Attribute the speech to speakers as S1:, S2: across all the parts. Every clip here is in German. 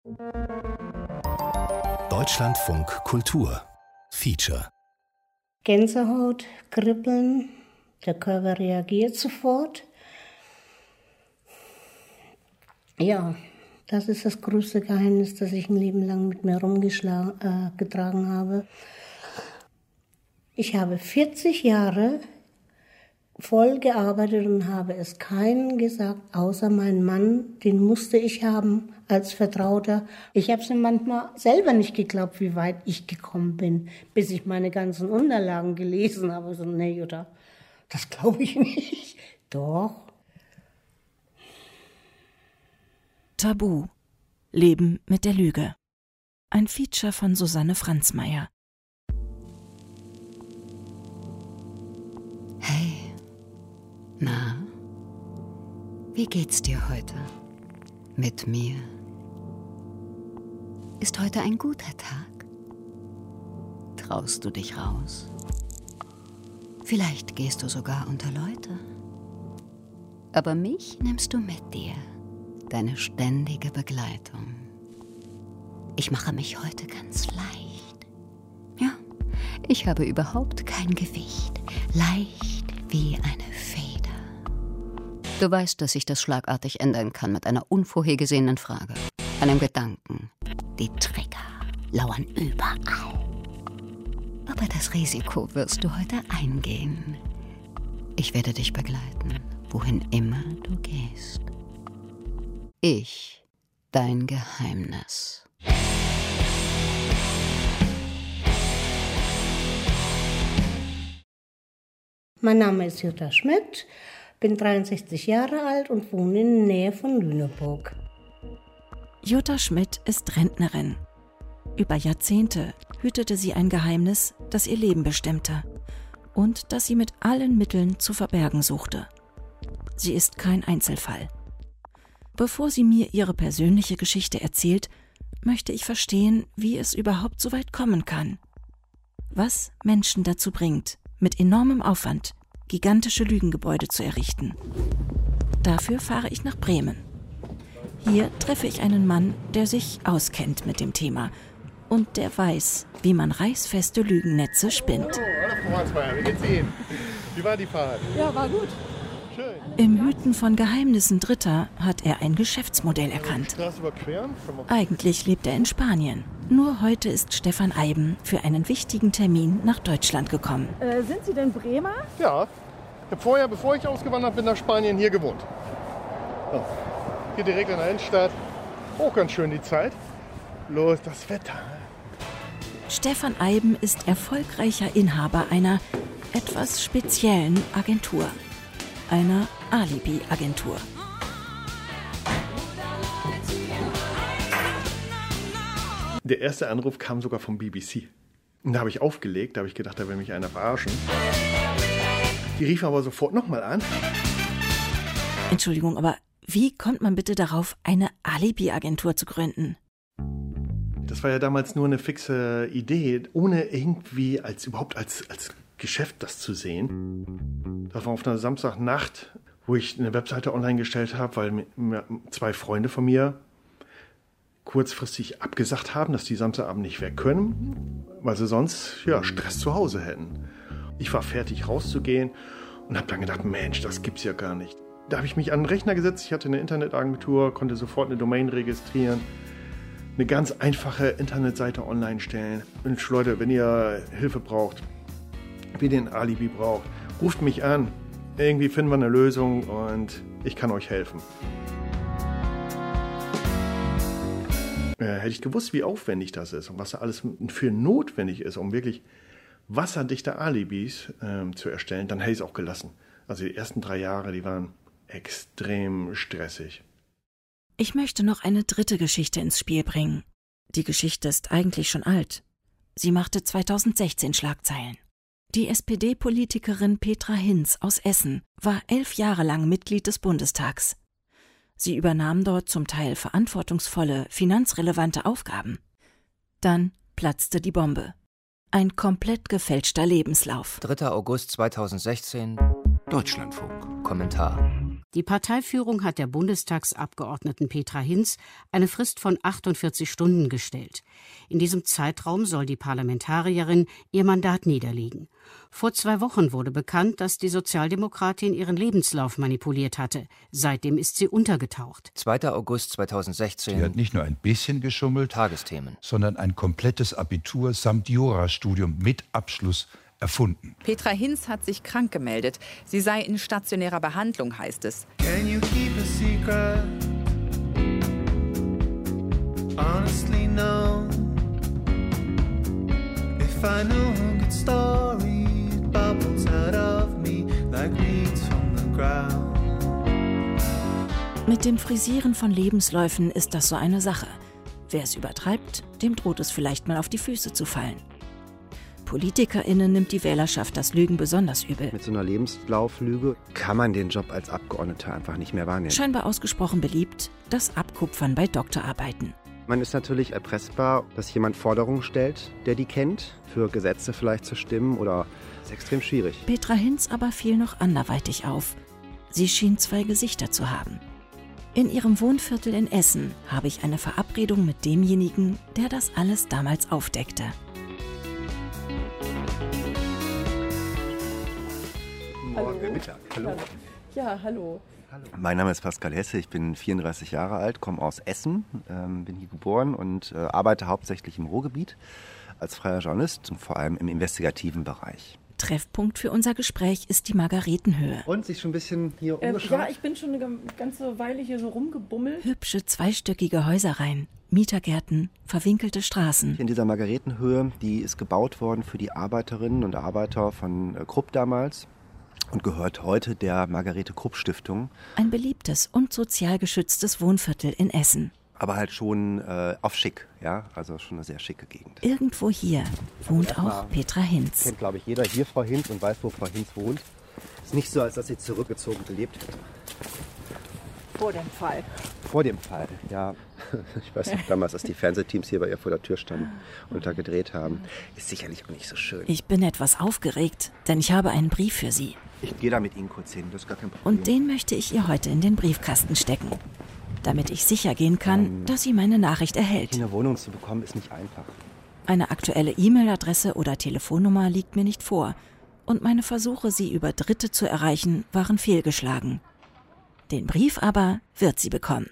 S1: Deutschlandfunk Kultur Feature.
S2: Gänsehaut, Kribbeln, der Körper reagiert sofort. Ja, das ist das größte Geheimnis, das ich ein Leben lang mit mir rumgetragen habe. Ich habe 40 Jahre voll gearbeitet und habe es keinem gesagt, außer meinen Mann. Den musste ich haben als Vertrauter. Ich habe es mir manchmal selber nicht geglaubt, wie weit ich gekommen bin, bis ich meine ganzen Unterlagen gelesen habe. So, nee, Jutta, das glaube ich nicht. Doch.
S3: Tabu. Leben mit der Lüge. Ein Feature von Susanne Franzmeier.
S4: Hey, na, wie geht's dir heute? Mit mir? Ist heute ein guter Tag? Traust du dich raus? Vielleicht gehst du sogar unter Leute. Aber mich nimmst du mit dir, deine ständige Begleitung. Ich mache mich heute ganz leicht. Ja, ich habe überhaupt kein Gewicht. Leicht wie eine Feder. Du weißt, dass sich das schlagartig ändern kann mit einer unvorhergesehenen Frage, einem Gedanken. Die Trigger lauern überall. Aber das Risiko wirst du heute eingehen. Ich werde dich begleiten, wohin immer du gehst. Ich, dein Geheimnis.
S2: Mein Name ist Jutta Schmidt, bin 63 Jahre alt und wohne in der Nähe von Lüneburg.
S3: Jutta Schmidt ist Rentnerin. Über Jahrzehnte hütete sie ein Geheimnis, das ihr Leben bestimmte und das sie mit allen Mitteln zu verbergen suchte. Sie ist kein Einzelfall. Bevor sie mir ihre persönliche Geschichte erzählt, möchte ich verstehen, wie es überhaupt so weit kommen kann. Was Menschen dazu bringt, mit enormem Aufwand gigantische Lügengebäude zu errichten. Dafür fahre ich nach Bremen. Hier treffe ich einen Mann, der sich auskennt mit dem Thema und der weiß, wie man reißfeste Lügennetze spinnt.
S5: Hallo Frau Hansmeier, wie geht's Ihnen? Wie war die Fahrt?
S6: Ja, war gut.
S5: Schön.
S3: Im Hüten von Geheimnissen Dritter hat er ein Geschäftsmodell erkannt.
S5: Straße überqueren?
S3: Eigentlich lebt er in Spanien. Nur heute ist Stefan Eiben für einen wichtigen Termin nach Deutschland gekommen.
S6: Sind Sie denn Bremer?
S5: Ja. Ich habe vorher, bevor ich ausgewandert bin nach Spanien, hier gewohnt. Ja. Hier direkt in der Innenstadt. Auch ganz schön die Zeit. Bloß das Wetter.
S3: Stefan Eiben ist erfolgreicher Inhaber einer etwas speziellen Agentur. Einer Alibi-Agentur.
S5: Der erste Anruf kam sogar vom BBC. Und da habe ich aufgelegt, da habe ich gedacht, da will mich einer verarschen. Die riefen aber sofort nochmal an.
S3: Entschuldigung, aber wie kommt man bitte darauf, eine Alibi-Agentur zu gründen?
S5: Das war ja damals nur eine fixe Idee, ohne irgendwie überhaupt als Geschäft das zu sehen. Das war auf einer Samstagnacht, wo ich eine Webseite online gestellt habe, weil mir zwei Freunde von mir kurzfristig abgesagt haben, dass die Samstagabend nicht weg können, weil sie sonst Stress zu Hause hätten. Ich war fertig rauszugehen und habe dann gedacht, Mensch, das gibt's ja gar nicht. Da habe ich mich an den Rechner gesetzt, ich hatte eine Internetagentur, konnte sofort eine Domain registrieren, eine ganz einfache Internetseite online stellen. Mensch Leute, wenn ihr Hilfe braucht, wenn ihr ein Alibi braucht, ruft mich an. Irgendwie finden wir eine Lösung und ich kann euch helfen. Hätte ich gewusst, wie aufwendig das ist und was da alles für notwendig ist, um wirklich wasserdichte Alibis zu erstellen, dann hätte ich es auch gelassen. Also die ersten 3 Jahre, die waren extrem stressig.
S3: Ich möchte noch eine dritte Geschichte ins Spiel bringen. Die Geschichte ist eigentlich schon alt. Sie machte 2016 Schlagzeilen. Die SPD-Politikerin Petra Hinz aus Essen war 11 Jahre lang Mitglied des Bundestags. Sie übernahm dort zum Teil verantwortungsvolle, finanzrelevante Aufgaben. Dann platzte die Bombe. Ein komplett gefälschter Lebenslauf.
S7: 3. August 2016.
S1: Deutschlandfunk.
S7: Kommentar. Die Parteiführung hat der Bundestagsabgeordneten Petra Hinz eine Frist von 48 Stunden gestellt. In diesem Zeitraum soll die Parlamentarierin ihr Mandat niederlegen. Vor 2 Wochen wurde bekannt, dass die Sozialdemokratin ihren Lebenslauf manipuliert hatte. Seitdem ist sie untergetaucht.
S8: 2. August 2016.
S9: Sie hat nicht nur ein bisschen geschummelt,
S8: Tagesthemen.
S9: sondern ein komplettes Abitur samt Jurastudium mit Abschluss erfunden.
S10: Petra Hinz hat sich krank gemeldet. Sie sei in stationärer Behandlung, heißt es.
S11: Can you keep a secret? Honestly, no. If I knew a good story, it bubbles out of me like weeds from the ground.
S3: Mit dem Frisieren von Lebensläufen ist das so eine Sache. Wer es übertreibt, dem droht es vielleicht mal auf die Füße zu fallen. PolitikerInnen nimmt die Wählerschaft das Lügen besonders übel.
S12: Mit so einer Lebenslauflüge kann man den Job als Abgeordneter einfach nicht mehr wahrnehmen.
S3: Scheinbar ausgesprochen beliebt, das Abkupfern bei Doktorarbeiten.
S12: Man ist natürlich erpressbar, dass jemand Forderungen stellt, der die kennt, für Gesetze vielleicht zu stimmen oder das ist extrem schwierig.
S3: Petra Hinz aber fiel noch anderweitig auf. Sie schien 2 Gesichter zu haben. In ihrem Wohnviertel in Essen habe ich eine Verabredung mit demjenigen, der das alles damals aufdeckte.
S12: Morgen Mittag. Hallo.
S6: Ja, hallo.
S12: Mein Name ist Pascal Hesse, ich bin 34 Jahre alt, komme aus Essen, bin hier geboren und arbeite hauptsächlich im Ruhrgebiet als freier Journalist und vor allem im investigativen Bereich.
S3: Treffpunkt für unser Gespräch ist die Margaretenhöhe.
S12: Und sich schon ein bisschen hier umgeschaut?
S6: Ja, ich bin schon eine ganze Weile hier so rumgebummelt.
S3: Hübsche 2-stöckige Häuserreihen, Mietergärten, verwinkelte Straßen.
S12: In dieser Margaretenhöhe, die ist gebaut worden für die Arbeiterinnen und Arbeiter von Krupp damals. Und gehört heute der Margarete-Krupp-Stiftung.
S3: Ein beliebtes und sozial geschütztes Wohnviertel in Essen.
S12: Aber halt schon auf schick, ja, also schon eine sehr schicke Gegend.
S3: Irgendwo hier wohnt auch Petra Hinz.
S12: Kennt, glaube ich, jeder hier Frau Hinz und weiß, wo Frau Hinz wohnt. Ist nicht so, als dass sie zurückgezogen gelebt hätte.
S6: Vor dem Fall.
S12: Vor dem Fall, ja. Ich weiß noch damals, als die Fernsehteams hier bei ihr vor der Tür standen und da gedreht haben. Ist sicherlich auch nicht so schön.
S3: Ich bin etwas aufgeregt, denn ich habe einen Brief für sie.
S12: Ich gehe da mit Ihnen kurz hin, das ist gar kein Problem.
S3: Und den möchte ich ihr heute in den Briefkasten stecken, damit ich sicher gehen kann, dass sie meine Nachricht erhält.
S12: Eine Wohnung zu bekommen ist nicht einfach.
S3: Eine aktuelle E-Mail-Adresse oder Telefonnummer liegt mir nicht vor. Und meine Versuche, sie über Dritte zu erreichen, waren fehlgeschlagen. Den Brief aber wird sie bekommen.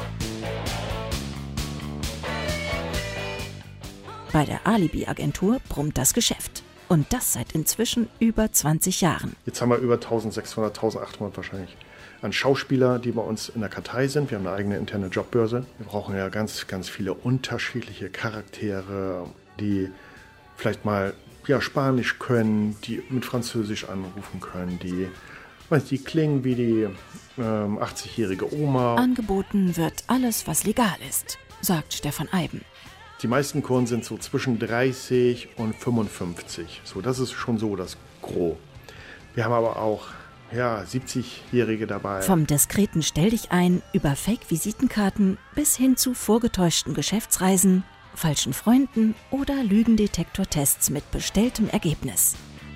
S3: Bei der Alibi-Agentur brummt das Geschäft. Und das seit inzwischen über 20 Jahren.
S5: Jetzt haben wir über 1600, 1800 wahrscheinlich an Schauspieler, die bei uns in der Kartei sind. Wir haben eine eigene interne Jobbörse. Wir brauchen ja ganz, ganz viele unterschiedliche Charaktere, die vielleicht mal Spanisch können, die mit Französisch anrufen können, die klingen wie die 80-jährige Oma.
S3: Angeboten wird alles, was legal ist, sagt Stefan Eiben.
S5: Die meisten Kunden sind so zwischen 30 und 55. So, das ist schon so das Gros. Wir haben aber auch 70-Jährige dabei.
S3: Vom diskreten Stell-dich-ein über Fake-Visitenkarten bis hin zu vorgetäuschten Geschäftsreisen, falschen Freunden oder Lügendetektortests mit bestelltem Ergebnis.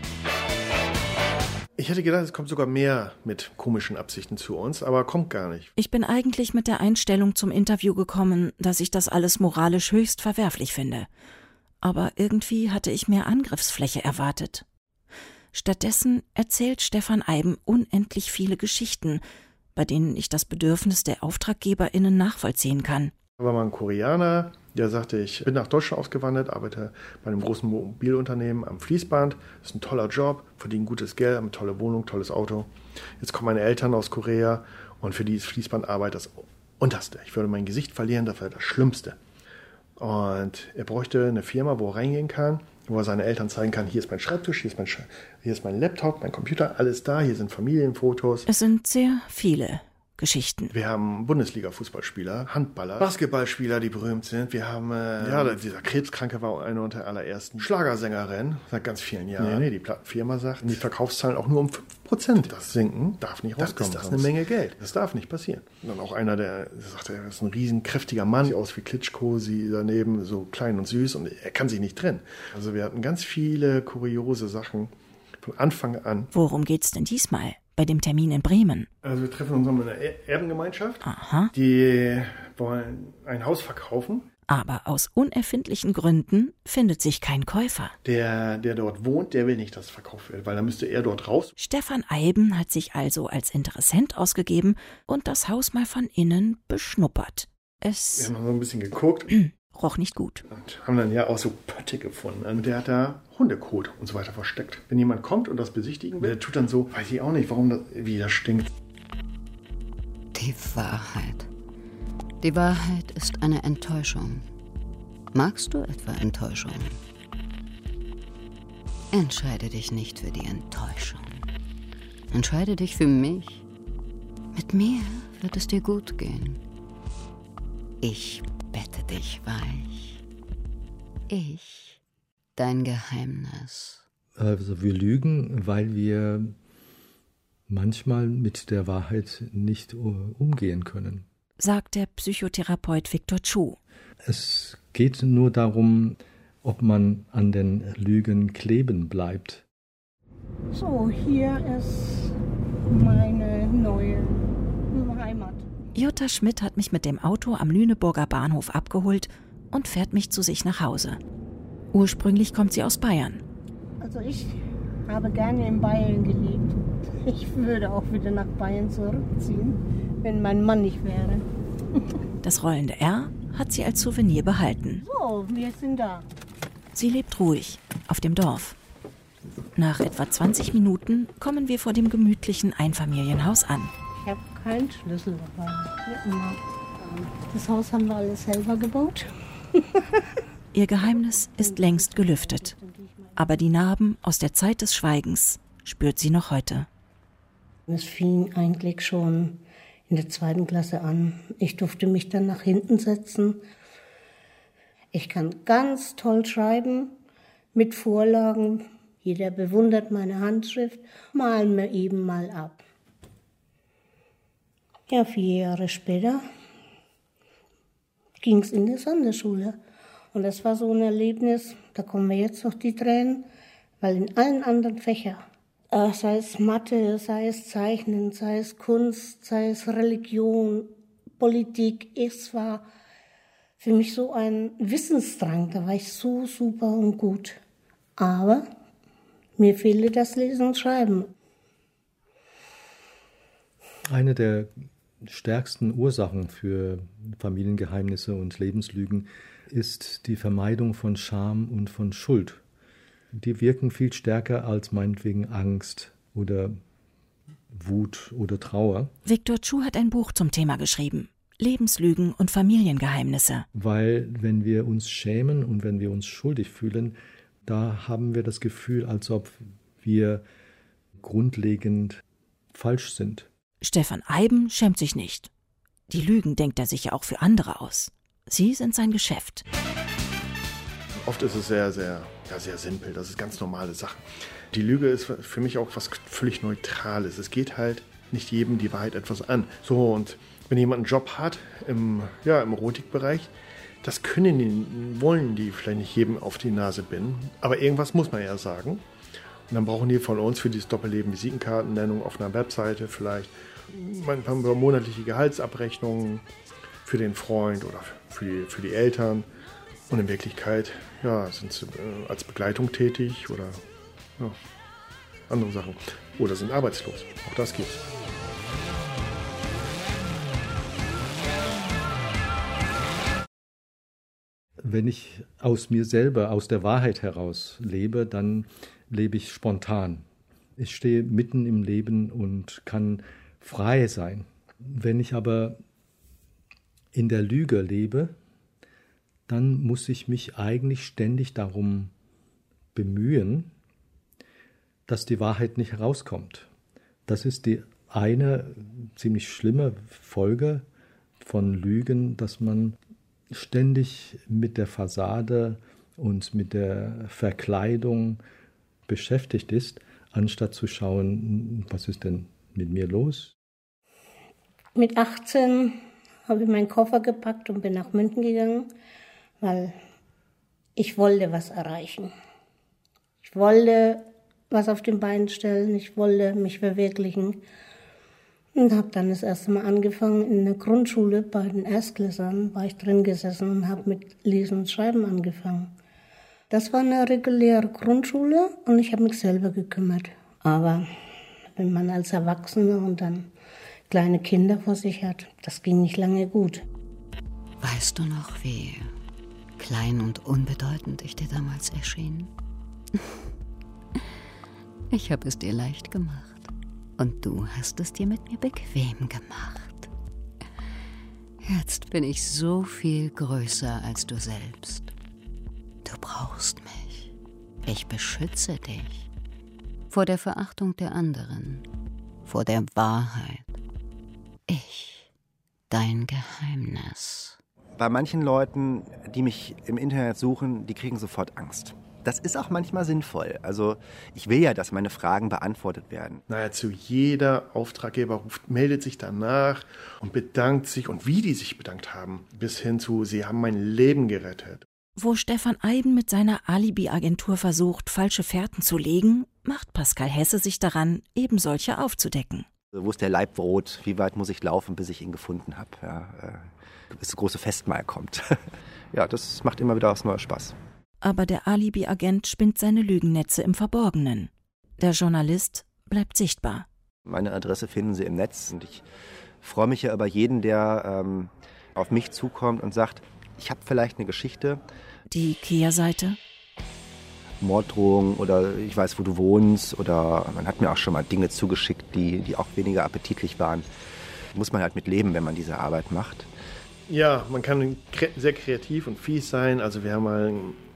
S5: Ich hätte gedacht, es kommt sogar mehr mit komischen Absichten zu uns, aber kommt gar nicht.
S3: Ich bin eigentlich mit der Einstellung zum Interview gekommen, dass ich das alles moralisch höchst verwerflich finde. Aber irgendwie hatte ich mehr Angriffsfläche erwartet. Stattdessen erzählt Stefan Eiben unendlich viele Geschichten, bei denen ich das Bedürfnis der AuftraggeberInnen nachvollziehen kann.
S5: Da war mal ein Koreaner, der sagte, ich bin nach Deutschland ausgewandert, arbeite bei einem großen Mobilunternehmen am Fließband. Das ist ein toller Job, verdiene gutes Geld, eine tolle Wohnung, tolles Auto. Jetzt kommen meine Eltern aus Korea und für die ist Fließbandarbeit das Unterste. Ich würde mein Gesicht verlieren, das wäre das Schlimmste. Und er bräuchte eine Firma, wo er reingehen kann, wo er seine Eltern zeigen kann, hier ist mein Schreibtisch, hier ist mein Laptop, mein Computer, alles da, hier sind Familienfotos.
S3: Es sind sehr viele Geschichten.
S5: Wir haben Bundesliga-Fußballspieler, Handballer, Basketballspieler, die berühmt sind. Wir haben, dieser Krebskranke war eine unter der allerersten Schlagersängerin seit ganz vielen Jahren. Nee, die Plattenfirma sagt, die Verkaufszahlen auch nur um 5%. Das Sinken darf nicht rauskommen. Das ist eine Menge Geld. Das darf nicht passieren. Und dann auch einer, der sagt, er ist ein riesen kräftiger Mann, sieht aus wie Klitschko, sie daneben so klein und süß und er kann sich nicht trennen. Also wir hatten ganz viele kuriose Sachen von Anfang an.
S3: Worum geht's denn diesmal bei dem Termin in Bremen.
S5: Also wir treffen uns in einer Erbengemeinschaft.
S3: Aha.
S5: Die wollen ein Haus verkaufen.
S3: Aber aus unerfindlichen Gründen findet sich kein Käufer.
S5: Der dort wohnt, der will nicht, dass es verkauft wird, weil dann müsste er dort raus.
S3: Stefan Eiben hat sich also als Interessent ausgegeben und das Haus mal von innen beschnuppert.
S5: Wir haben so ein bisschen geguckt.
S3: Roch nicht gut.
S5: Und haben dann ja auch so Pötte gefunden. Und der hat da Hundekot und so weiter versteckt. Wenn jemand kommt und das besichtigen will, der tut dann so, weiß ich auch nicht, wie das stinkt.
S4: Die Wahrheit. Die Wahrheit ist eine Enttäuschung. Magst du etwa Enttäuschung? Entscheide dich nicht für die Enttäuschung. Entscheide dich für mich. Mit mir wird es dir gut gehen. Ich bette dich weich. Ich, dein Geheimnis.
S13: Also wir lügen, weil wir manchmal mit der Wahrheit nicht umgehen können.
S3: Sagt der Psychotherapeut Viktor Chu.
S13: Es geht nur darum, ob man an den Lügen kleben bleibt.
S2: So, hier ist meine neue Heimat.
S3: Jutta Schmidt hat mich mit dem Auto am Lüneburger Bahnhof abgeholt und fährt mich zu sich nach Hause. Ursprünglich kommt sie aus Bayern.
S2: Also ich habe gerne in Bayern gelebt. Ich würde auch wieder nach Bayern zurückziehen, wenn mein Mann nicht wäre.
S3: Das rollende R hat sie als Souvenir behalten.
S2: So, wir sind da.
S3: Sie lebt ruhig, auf dem Dorf. Nach etwa 20 Minuten kommen wir vor dem gemütlichen Einfamilienhaus an.
S2: Ich habe keinen Schlüssel dabei. Das Haus haben wir alles selber gebaut.
S3: Ihr Geheimnis ist längst gelüftet. Aber die Narben aus der Zeit des Schweigens spürt sie noch heute.
S2: Es fing eigentlich schon in der 2. Klasse an. Ich durfte mich dann nach hinten setzen. Ich kann ganz toll schreiben, mit Vorlagen. Jeder bewundert meine Handschrift. Malen wir eben mal ab. Ja, 4 Jahre später ging es in die Sonderschule. Und das war so ein Erlebnis, da kommen mir jetzt noch die Tränen, weil in allen anderen Fächern, sei es Mathe, sei es Zeichnen, sei es Kunst, sei es Religion, Politik, es war für mich so ein Wissensdrang, da war ich so super und gut. Aber mir fehlte das Lesen und Schreiben.
S13: Eine der stärksten Ursachen für Familiengeheimnisse und Lebenslügen ist die Vermeidung von Scham und von Schuld. Die wirken viel stärker als meinetwegen Angst oder Wut oder Trauer.
S3: Viktor Chu hat ein Buch zum Thema geschrieben. Lebenslügen und Familiengeheimnisse.
S13: Weil wenn wir uns schämen und wenn wir uns schuldig fühlen, da haben wir das Gefühl, als ob wir grundlegend falsch sind.
S3: Stefan Eiben schämt sich nicht. Die Lügen denkt er sich ja auch für andere aus. Sie sind sein Geschäft.
S5: Oft ist es sehr simpel. Das ist ganz normale Sache. Die Lüge ist für mich auch was völlig Neutrales. Es geht halt nicht jedem die Wahrheit etwas an. So, und wenn jemand einen Job hat im Erotikbereich, das wollen die vielleicht nicht jedem auf die Nase binden. Aber irgendwas muss man ja sagen. Und dann brauchen die von uns für dieses Doppelleben Visitenkartennennung auf einer Webseite vielleicht manchmal monatliche Gehaltsabrechnungen für den Freund oder für die Eltern. Und in Wirklichkeit sind sie als Begleitung tätig oder andere Sachen. Oder sind arbeitslos. Auch das gibt's.
S13: Wenn ich aus mir selber, aus der Wahrheit heraus lebe, dann lebe ich spontan. Ich stehe mitten im Leben und kann frei sein. Wenn ich aber in der Lüge lebe, dann muss ich mich eigentlich ständig darum bemühen, dass die Wahrheit nicht herauskommt. Das ist die eine ziemlich schlimme Folge von Lügen, dass man ständig mit der Fassade und mit der Verkleidung beschäftigt ist, anstatt zu schauen, was ist denn mit mir los?
S2: Mit 18 habe ich meinen Koffer gepackt und bin nach München gegangen, weil ich wollte was erreichen. Ich wollte was auf den Beinen stellen. Ich wollte mich verwirklichen. Und habe dann das erste Mal angefangen, in der Grundschule bei den Erstklässlern war ich drin gesessen und habe mit Lesen und Schreiben angefangen. Das war eine reguläre Grundschule und ich habe mich selber gekümmert. Aber wenn man als Erwachsener und dann kleine Kinder vor sich hat, das ging nicht lange gut.
S4: Weißt du noch, wie klein und unbedeutend ich dir damals erschien? Ich habe es dir leicht gemacht. Und du hast es dir mit mir bequem gemacht. Jetzt bin ich so viel größer als du selbst. Du brauchst mich. Ich beschütze dich. Vor der Verachtung der anderen. Vor der Wahrheit. Ich. Dein Geheimnis.
S12: Bei manchen Leuten, die mich im Internet suchen, die kriegen sofort Angst. Das ist auch manchmal sinnvoll. Also ich will ja, dass meine Fragen beantwortet werden.
S5: Nahezu jeder Auftraggeber meldet sich danach und bedankt sich und wie die sich bedankt haben, bis hin zu, sie haben mein Leben gerettet.
S3: Wo Stefan Eiben mit seiner Alibi-Agentur versucht, falsche Fährten zu legen, macht Pascal Hesse sich daran, eben solche aufzudecken.
S12: Wo ist der Leibbrot? Wie weit muss ich laufen, bis ich ihn gefunden habe? Ja, bis das große Festmahl kommt. Ja, das macht immer wieder aufs Neue Spaß.
S3: Aber der Alibi-Agent spinnt seine Lügennetze im Verborgenen. Der Journalist bleibt sichtbar.
S12: Meine Adresse finden Sie im Netz und ich freue mich ja über jeden, der auf mich zukommt und sagt, ich habe vielleicht eine Geschichte.
S3: Die Kehrseite?
S12: Morddrohungen oder ich weiß, wo du wohnst oder man hat mir auch schon mal Dinge zugeschickt, die auch weniger appetitlich waren. Muss man halt mit leben, wenn man diese Arbeit macht.
S5: Ja, man kann sehr kreativ und fies sein. Also wir haben mal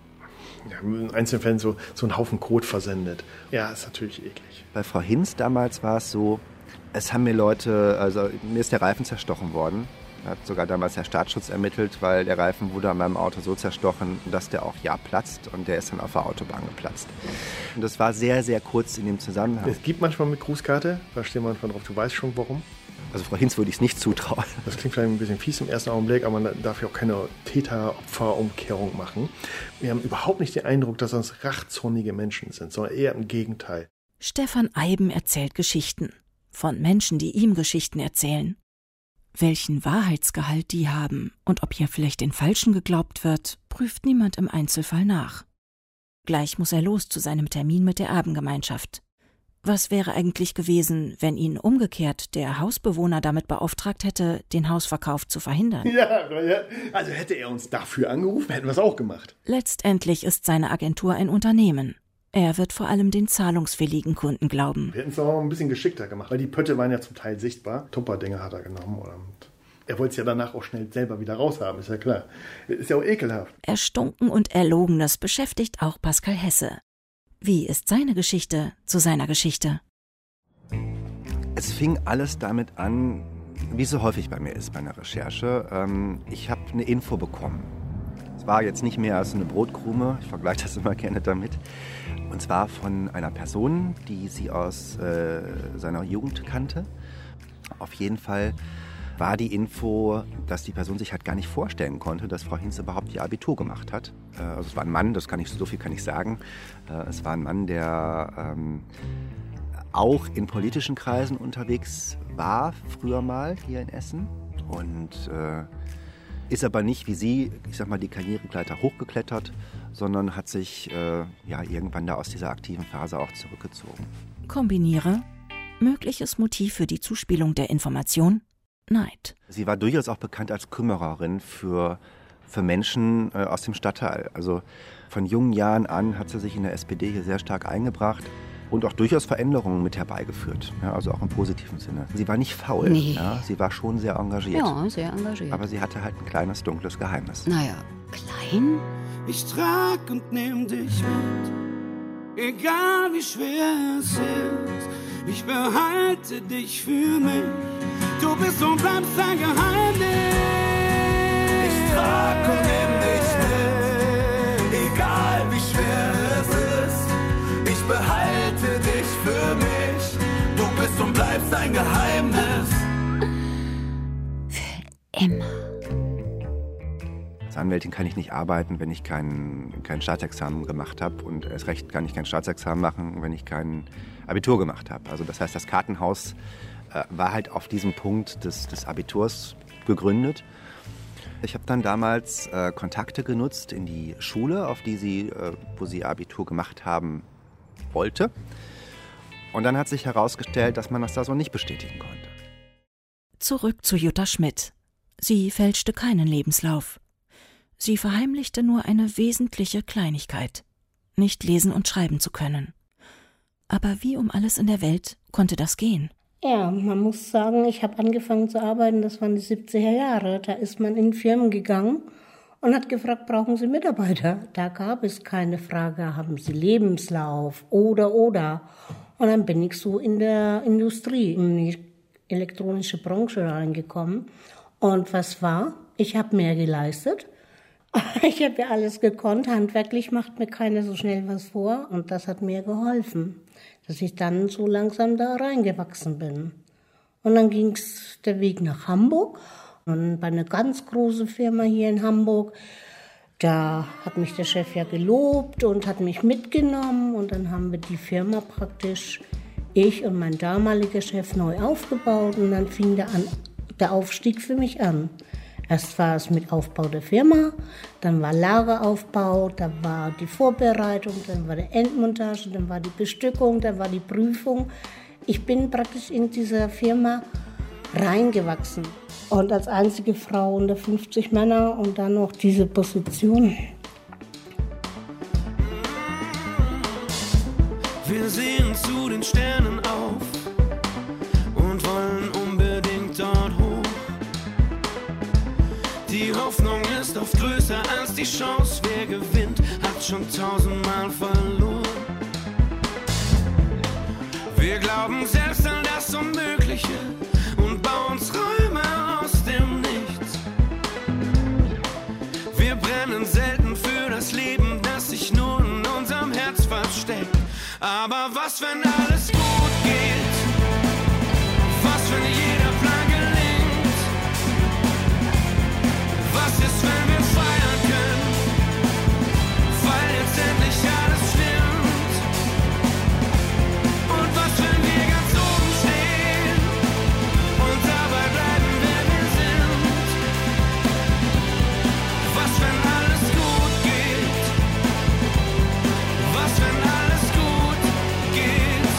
S5: in Einzelfällen so einen Haufen Code versendet. Ja, ist natürlich eklig.
S12: Bei Frau Hinz damals war es so, es haben mir Leute, also mir ist der Reifen zerstochen worden. Hat sogar damals der Staatsschutz ermittelt, weil der Reifen wurde an meinem Auto so zerstochen, dass der auch platzt und der ist dann auf der Autobahn geplatzt. Und das war sehr, sehr kurz in dem Zusammenhang.
S5: Es gibt manchmal mit Grußkarte, da steht manchmal drauf, du weißt schon warum.
S12: Also Frau Hinz würde ich es nicht zutrauen.
S5: Das klingt vielleicht ein bisschen fies im ersten Augenblick, aber man darf ja auch keine Täter-Opfer-Umkehrung machen. Wir haben überhaupt nicht den Eindruck, dass das rachzornige Menschen sind, sondern eher im Gegenteil.
S3: Stefan Eiben erzählt Geschichten. Von Menschen, die ihm Geschichten erzählen. Welchen Wahrheitsgehalt die haben und ob hier vielleicht den Falschen geglaubt wird, prüft niemand im Einzelfall nach. Gleich muss er los zu seinem Termin mit der Erbengemeinschaft. Was wäre eigentlich gewesen, wenn ihn umgekehrt der Hausbewohner damit beauftragt hätte, den Hausverkauf zu verhindern?
S5: Ja, also hätte er uns dafür angerufen, hätten wir es auch gemacht.
S3: Letztendlich ist seine Agentur ein Unternehmen. Er wird vor allem den zahlungswilligen Kunden glauben.
S5: Wir hätten es auch ein bisschen geschickter gemacht, weil die Pötte waren ja zum Teil sichtbar. Tupperdinger hat er genommen. Und er wollte es ja danach auch schnell selber wieder raushaben, ist ja klar. Ist ja auch ekelhaft.
S3: Erstunken und Erlogenes beschäftigt auch Pascal Hesse. Wie ist seine Geschichte zu seiner Geschichte?
S12: Es fing alles damit an, wie es so häufig bei mir ist bei einer Recherche. Ich habe eine Info bekommen. Es war jetzt nicht mehr als eine Brotkrume, ich vergleiche das immer gerne damit. Und zwar von einer Person, die sie aus seiner Jugend kannte. Auf jeden Fall war die Info, dass die Person sich halt gar nicht vorstellen konnte, dass Frau Hinz überhaupt ihr Abitur gemacht hat. Also es war ein Mann, so viel kann ich sagen. Es war ein Mann, der auch in politischen Kreisen unterwegs war, früher mal hier in Essen. Und ist aber nicht wie sie, ich sag mal, die Karrieregleiter hochgeklettert, sondern hat sich irgendwann da aus dieser aktiven Phase auch zurückgezogen.
S3: Kombiniere. Mögliches Motiv für die Zuspielung der Information? Neid.
S12: Sie war durchaus auch bekannt als Kümmererin für Menschen aus dem Stadtteil. Also von jungen Jahren an hat sie sich in der SPD hier sehr stark eingebracht und auch durchaus Veränderungen mit herbeigeführt. Ja, also auch im positiven Sinne. Sie war nicht faul.
S4: Nee.
S12: Ja, sie war schon sehr engagiert.
S4: Ja, sehr engagiert.
S12: Aber sie hatte halt ein kleines, dunkles Geheimnis.
S4: Naja, klein?
S11: Ich trag und nehm dich mit, egal wie schwer es ist. Ich behalte dich für mich. Du bist und bleibst ein Geheimnis. Ich trag und nehm dich mit, egal wie schwer es ist. Ich behalte dich für mich. Du bist und bleibst ein Geheimnis.
S4: Für immer.
S12: Es waren Anwältin kann ich nicht arbeiten, wenn ich kein Staatsexamen gemacht habe. Und erst recht kann ich kein Staatsexamen machen, wenn ich kein Abitur gemacht habe. Also das heißt, das Kartenhaus war halt auf diesem Punkt des Abiturs gegründet. Ich habe dann damals Kontakte genutzt in die Schule, wo sie Abitur gemacht haben wollte. Und dann hat sich herausgestellt, dass man das da so nicht bestätigen konnte.
S3: Zurück zu Jutta Schmidt. Sie fälschte keinen Lebenslauf. Sie verheimlichte nur eine wesentliche Kleinigkeit: nicht lesen und schreiben zu können. Aber wie um alles in der Welt konnte das gehen?
S2: Ja, man muss sagen, ich habe angefangen zu arbeiten, das waren die 70er Jahre. Da ist man in Firmen gegangen und hat gefragt, brauchen Sie Mitarbeiter? Da gab es keine Frage, haben Sie Lebenslauf oder. Und dann bin ich so in der Industrie, in die elektronische Branche reingekommen. Und was war? Ich habe mehr geleistet. Ich habe ja alles gekonnt. Handwerklich macht mir keiner so schnell was vor. Und das hat mir geholfen, dass ich dann so langsam da reingewachsen bin. Und dann ging es der Weg nach Hamburg. Und bei einer ganz großen Firma hier in Hamburg, da hat mich der Chef ja gelobt und hat mich mitgenommen. Und dann haben wir die Firma praktisch, ich und mein damaliger Chef, neu aufgebaut. Und dann fing der Aufstieg für mich an. Erst war es mit Aufbau der Firma, dann war Lageraufbau, dann war die Vorbereitung, dann war die Endmontage, dann war die Bestückung, dann war die Prüfung. Ich bin praktisch in dieser Firma reingewachsen. Und als einzige Frau unter 50 Männer und dann noch diese Position.
S11: Wir sehen zu den Sternen auf und wollen unbedingt dort hoch. Die Hoffnung ist oft größer als die Chance. Wer gewinnt, hat schon 1000-mal verloren. Wir glauben selbst an das Unmögliche und bauen uns Räume aus dem Nichts. Wir brennen selten für das Leben, das sich nur in unserem Herz versteckt. Aber was, wenn alles gut geht? Was, wenn jeder Plan gelingt? Was ist, wenn wir feiern können? Weil jetzt endlich alles stimmt. Und was, wenn wir ganz oben stehen und dabei bleiben, wer wir sind? Was, wenn alles gut geht? Was, wenn alles gut geht?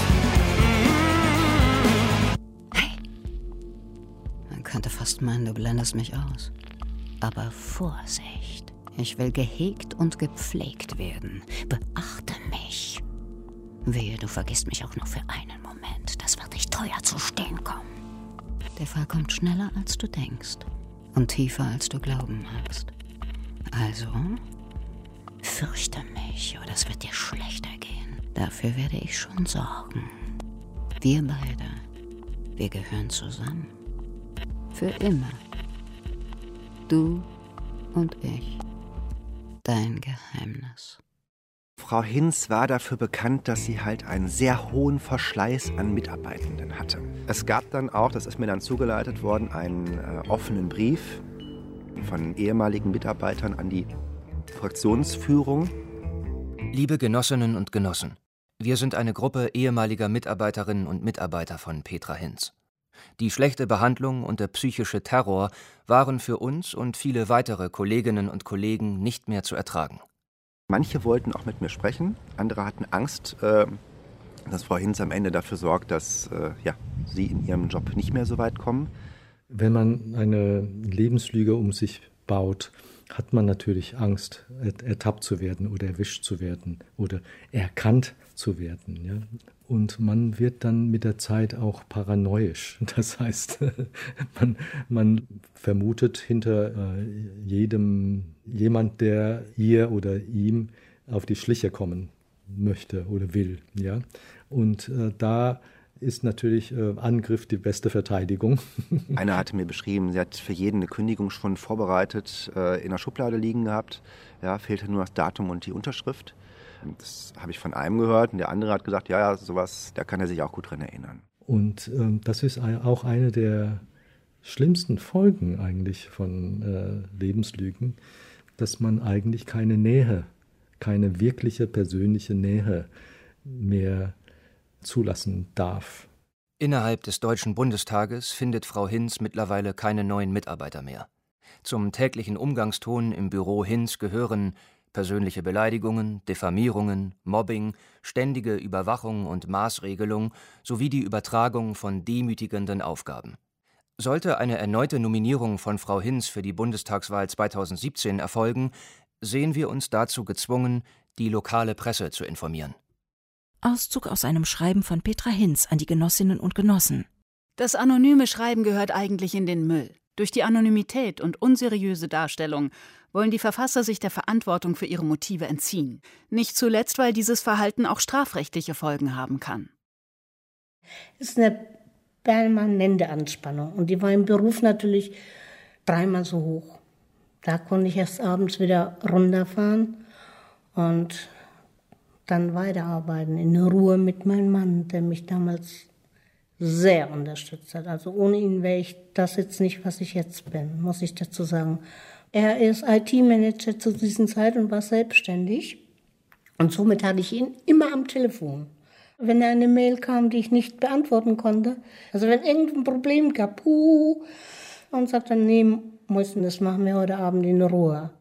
S4: Hey, man könnte fast meinen, du blendest mich aus. Aber Vorsicht, ich will gehegt und gepflegt werden. Beachte mich. Wehe, du vergisst mich auch nur für einen Moment. Das wird dich teuer zu stehen kommen. Der Fall kommt schneller, als du denkst. Und tiefer, als du glauben magst. Also, fürchte mich, oder es wird dir schlechter gehen. Dafür werde ich schon sorgen. Wir beide, wir gehören zusammen. Für immer. Du und ich. Dein Geheimnis.
S12: Frau Hinz war dafür bekannt, dass sie halt einen sehr hohen Verschleiß an Mitarbeitenden hatte. Es gab dann auch, das ist mir dann zugeleitet worden, einen offenen Brief von ehemaligen Mitarbeitern an die Fraktionsführung.
S8: Liebe Genossinnen und Genossen, wir sind eine Gruppe ehemaliger Mitarbeiterinnen und Mitarbeiter von Petra Hinz. Die schlechte Behandlung und der psychische Terror waren für uns und viele weitere Kolleginnen und Kollegen nicht mehr zu ertragen.
S12: Manche wollten auch mit mir sprechen, andere hatten Angst, dass Frau Hinz am Ende dafür sorgt, dass sie in ihrem Job nicht mehr so weit kommen.
S13: Wenn man eine Lebenslüge um sich baut, hat man natürlich Angst, ertappt zu werden oder erwischt zu werden oder erkannt zu werden. Ja? Und man wird dann mit der Zeit auch paranoisch. Das heißt, man vermutet hinter jemand, der ihr oder ihm auf die Schliche kommen möchte oder will. Ja? Und da ist natürlich Angriff die beste Verteidigung.
S12: Einer hatte mir beschrieben, sie hat für jeden eine Kündigung schon vorbereitet in der Schublade liegen gehabt. Ja, fehlte nur das Datum und die Unterschrift. Das habe ich von einem gehört und der andere hat gesagt, ja, sowas, da kann er sich auch gut dran erinnern.
S13: Und das ist auch eine der schlimmsten Folgen eigentlich von Lebenslügen, dass man eigentlich keine Nähe, keine wirkliche persönliche Nähe mehr zulassen darf.
S8: Innerhalb des Deutschen Bundestages findet Frau Hinz mittlerweile keine neuen Mitarbeiter mehr. Zum täglichen Umgangston im Büro Hinz gehören persönliche Beleidigungen, Diffamierungen, Mobbing, ständige Überwachung und Maßregelung sowie die Übertragung von demütigenden Aufgaben. Sollte eine erneute Nominierung von Frau Hinz für die Bundestagswahl 2017 erfolgen, sehen wir uns dazu gezwungen, die lokale Presse zu informieren.
S3: Auszug aus einem Schreiben von Petra Hinz an die Genossinnen und Genossen.
S14: Das anonyme Schreiben gehört eigentlich in den Müll. Durch die Anonymität und unseriöse Darstellung wollen die Verfasser sich der Verantwortung für ihre Motive entziehen. Nicht zuletzt, weil dieses Verhalten auch strafrechtliche Folgen haben kann.
S2: Es ist eine permanente Anspannung und die war im Beruf natürlich 3-mal so hoch. Da konnte ich erst abends wieder runterfahren und dann weiterarbeiten, in Ruhe mit meinem Mann, der mich damals sehr unterstützt hat. Also ohne ihn wäre ich das jetzt nicht, was ich jetzt bin, muss ich dazu sagen. Er ist IT-Manager zu dieser Zeit und war selbstständig. Und somit hatte ich ihn immer am Telefon. Wenn eine Mail kam, die ich nicht beantworten konnte, also wenn irgendein Problem gab, und sagte dann, nee, Mäuschen, das machen wir heute Abend in Ruhe.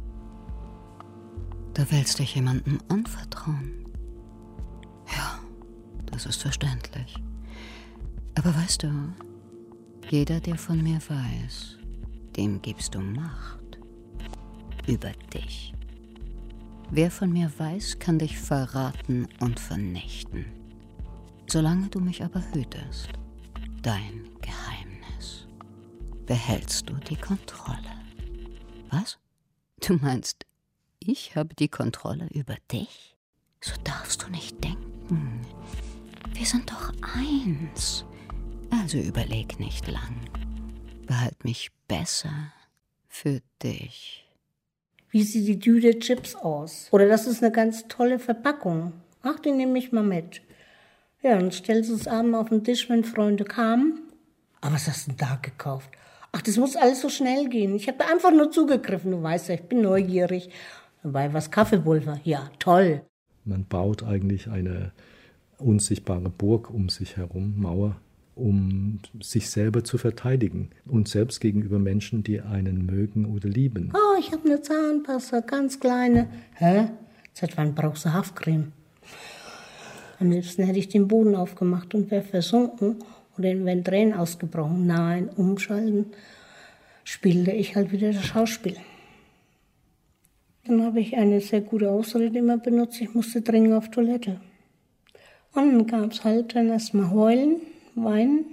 S4: Du willst dich jemandem anvertrauen. Ja, das ist verständlich. Aber weißt du, jeder, der von mir weiß, dem gibst du Macht über dich. Wer von mir weiß, kann dich verraten und vernichten. Solange du mich aber hütest, dein Geheimnis, behältst du die Kontrolle. Was? Du meinst, ich habe die Kontrolle über dich? So darfst du nicht denken. Wir sind doch eins. Also überleg nicht lang. Behalt mich besser für dich.
S2: Wie sieht die Tüte Chips aus? Oder das ist eine ganz tolle Verpackung. Ach, die nehme ich mal mit. Ja, und stellst es abends auf den Tisch, wenn Freunde kamen. Aber was hast du denn da gekauft? Ach, das muss alles so schnell gehen. Ich habe da einfach nur zugegriffen. Du weißt ja, ich bin neugierig. Dabei was Kaffeepulver. Ja, toll.
S13: Man baut eigentlich eine unsichtbare Burg um sich herum, Mauer, um sich selber zu verteidigen und selbst gegenüber Menschen, die einen mögen oder lieben.
S2: Oh, ich habe eine Zahnpasta, ganz kleine. Hä? Seit wann brauchst du Haftcreme? Am liebsten hätte ich den Boden aufgemacht und wäre versunken oder wären Tränen ausgebrochen. Nein, umschalten, spielte ich halt wieder das Schauspiel. Dann habe ich eine sehr gute Ausrede immer benutzt, ich musste dringend auf Toilette. Und dann gab es halt dann erstmal heulen, weinen,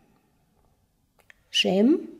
S2: schämen,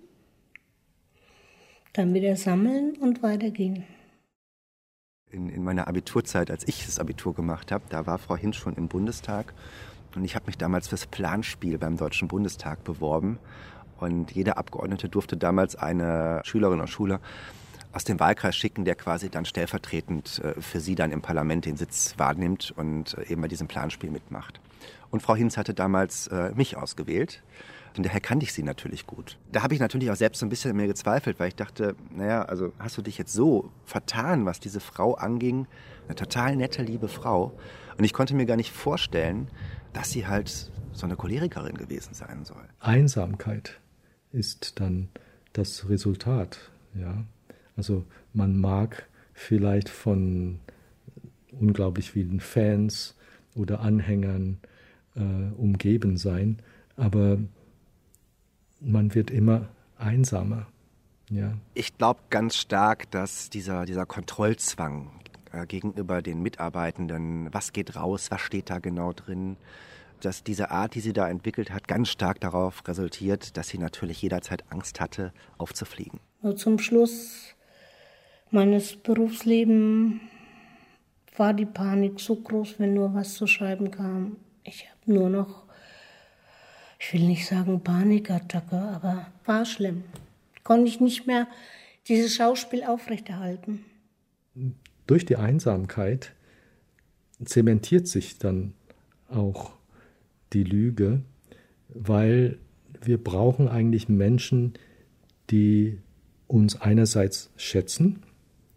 S2: dann wieder sammeln und weitergehen.
S12: In meiner Abiturzeit, als ich das Abitur gemacht habe, da war Frau Hinz schon im Bundestag und ich habe mich damals fürs Planspiel beim Deutschen Bundestag beworben und jeder Abgeordnete durfte damals eine Schülerin oder Schüler aus dem Wahlkreis schicken, der quasi dann stellvertretend für sie dann im Parlament den Sitz wahrnimmt und eben bei diesem Planspiel mitmacht. Und Frau Hinz hatte damals mich ausgewählt. Und daher kannte ich sie natürlich gut. Da habe ich natürlich auch selbst so ein bisschen an mir gezweifelt, weil ich dachte, naja, also hast du dich jetzt so vertan, was diese Frau anging? Eine total nette, liebe Frau. Und ich konnte mir gar nicht vorstellen, dass sie halt so eine Cholerikerin gewesen sein soll.
S13: Einsamkeit ist dann das Resultat, ja. Also man mag vielleicht von unglaublich vielen Fans oder Anhängern umgeben sein, aber man wird immer einsamer. Ja.
S12: Ich glaube ganz stark, dass dieser Kontrollzwang gegenüber den Mitarbeitenden, was geht raus, was steht da genau drin, dass diese Art, die sie da entwickelt hat, ganz stark darauf resultiert, dass sie natürlich jederzeit Angst hatte, aufzufliegen.
S2: Nur zum Schluss meines Berufslebens war die Panik so groß, wenn nur was zu schreiben kam. Ich habe nur noch, ich will nicht sagen Panikattacke, aber war schlimm. Konnte ich nicht mehr dieses Schauspiel aufrechterhalten.
S13: Durch die Einsamkeit zementiert sich dann auch die Lüge, weil wir brauchen eigentlich Menschen, die uns einerseits schätzen,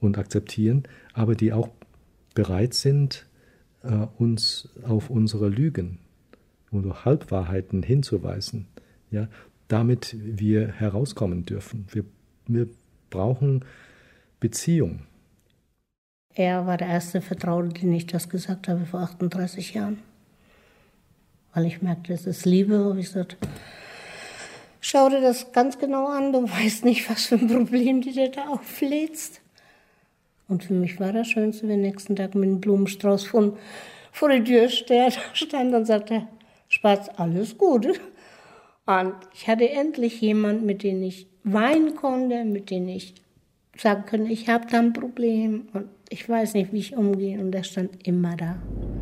S13: und akzeptieren, aber die auch bereit sind, uns auf unsere Lügen oder Halbwahrheiten hinzuweisen, ja, damit wir herauskommen dürfen. Wir brauchen Beziehung.
S2: Er war der erste Vertraute, dem ich das gesagt habe vor 38 Jahren. Weil ich merkte, es ist Liebe. Und ich sagte, schau dir das ganz genau an, du weißt nicht, was für ein Problem du dir da auflädst. Und für mich war das Schönste, wenn nächsten Tag mit einem Blumenstrauß vor der Tür stand und sagte, Spatz, alles Gute. Und ich hatte endlich jemanden, mit dem ich weinen konnte, mit dem ich sagen konnte, ich habe da ein Problem und ich weiß nicht, wie ich umgehe. Und der stand immer da.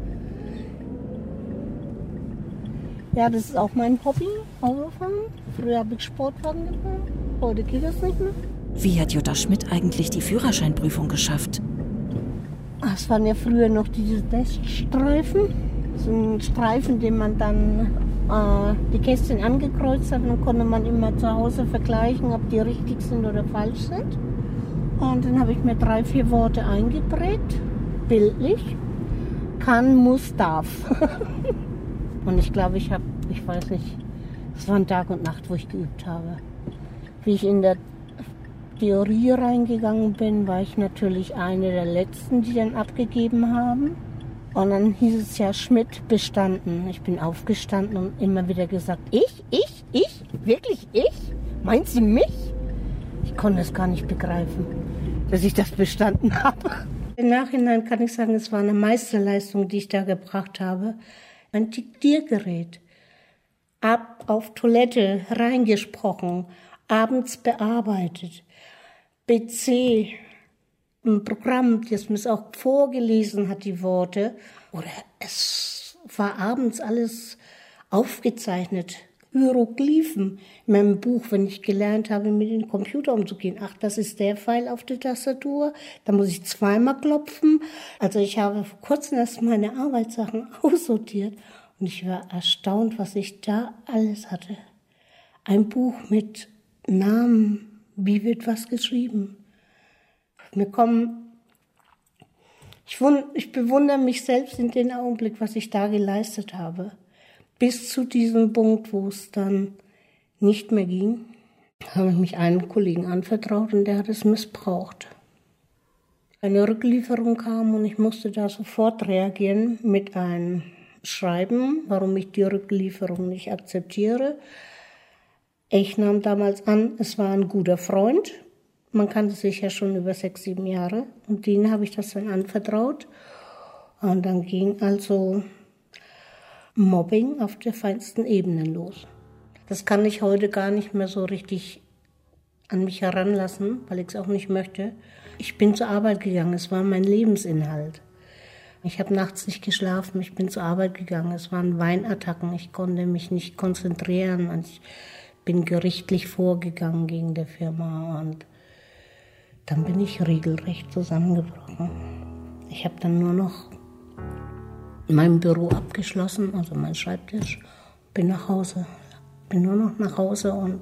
S2: Ja, das ist auch mein Hobby, Autofahren. Früher habe ich Sportwagen gefahren, heute geht das nicht mehr.
S3: Wie hat Jutta Schmidt eigentlich die Führerscheinprüfung geschafft?
S2: Es waren ja früher noch diese Teststreifen. So ein Streifen, den man dann die Kästchen angekreuzt hat. Dann konnte man immer zu Hause vergleichen, ob die richtig sind oder falsch sind. Und dann habe ich mir 3, 4 Worte eingeprägt, bildlich. Kann, muss, darf. Und ich glaube, ich weiß nicht, es war ein Tag und Nacht, wo ich geübt habe. Wie ich in der Theorie reingegangen bin, war ich natürlich eine der Letzten, die dann abgegeben haben. Und dann hieß es ja, Schmidt bestanden. Ich bin aufgestanden und immer wieder gesagt, ich? Wirklich ich? Meint sie mich? Ich konnte es gar nicht begreifen, dass ich das bestanden habe. Im Nachhinein kann ich sagen, es war eine Meisterleistung, die ich da gebracht habe. Ein Diktiergerät. Ab auf Toilette reingesprochen, abends bearbeitet. BC, ein Programm, das mir auch vorgelesen hat, die Worte. Oder es war abends alles aufgezeichnet. Hieroglyphen in meinem Buch, wenn ich gelernt habe, mit dem Computer umzugehen. Ach, das ist der Pfeil auf der Tastatur. Da muss ich zweimal klopfen. Also ich habe vor kurzem erst meine Arbeitssachen aussortiert. Und ich war erstaunt, was ich da alles hatte. Ein Buch mit Namen, wie wird was geschrieben. Ich bewundere mich selbst in dem Augenblick, was ich da geleistet habe. Bis zu diesem Punkt, wo es dann nicht mehr ging, habe ich mich einem Kollegen anvertraut und der hat es missbraucht. Eine Rücklieferung kam und ich musste da sofort reagieren mit einem Schreiben, warum ich die Rücklieferung nicht akzeptiere. Ich nahm damals an, es war ein guter Freund. Man kannte sich ja schon über 6, 7 Jahre. Und denen habe ich das dann anvertraut. Und dann ging also Mobbing auf der feinsten Ebene los. Das kann ich heute gar nicht mehr so richtig an mich heranlassen, weil ich es auch nicht möchte. Ich bin zur Arbeit gegangen, es war mein Lebensinhalt. Ich habe nachts nicht geschlafen, ich bin zur Arbeit gegangen. Es waren Weinattacken, ich konnte mich nicht konzentrieren. Ich bin gerichtlich vorgegangen gegen die Firma und dann bin ich regelrecht zusammengebrochen. Ich habe dann nur noch mein Büro abgeschlossen, also mein Schreibtisch, bin nach Hause. Bin nur noch nach Hause und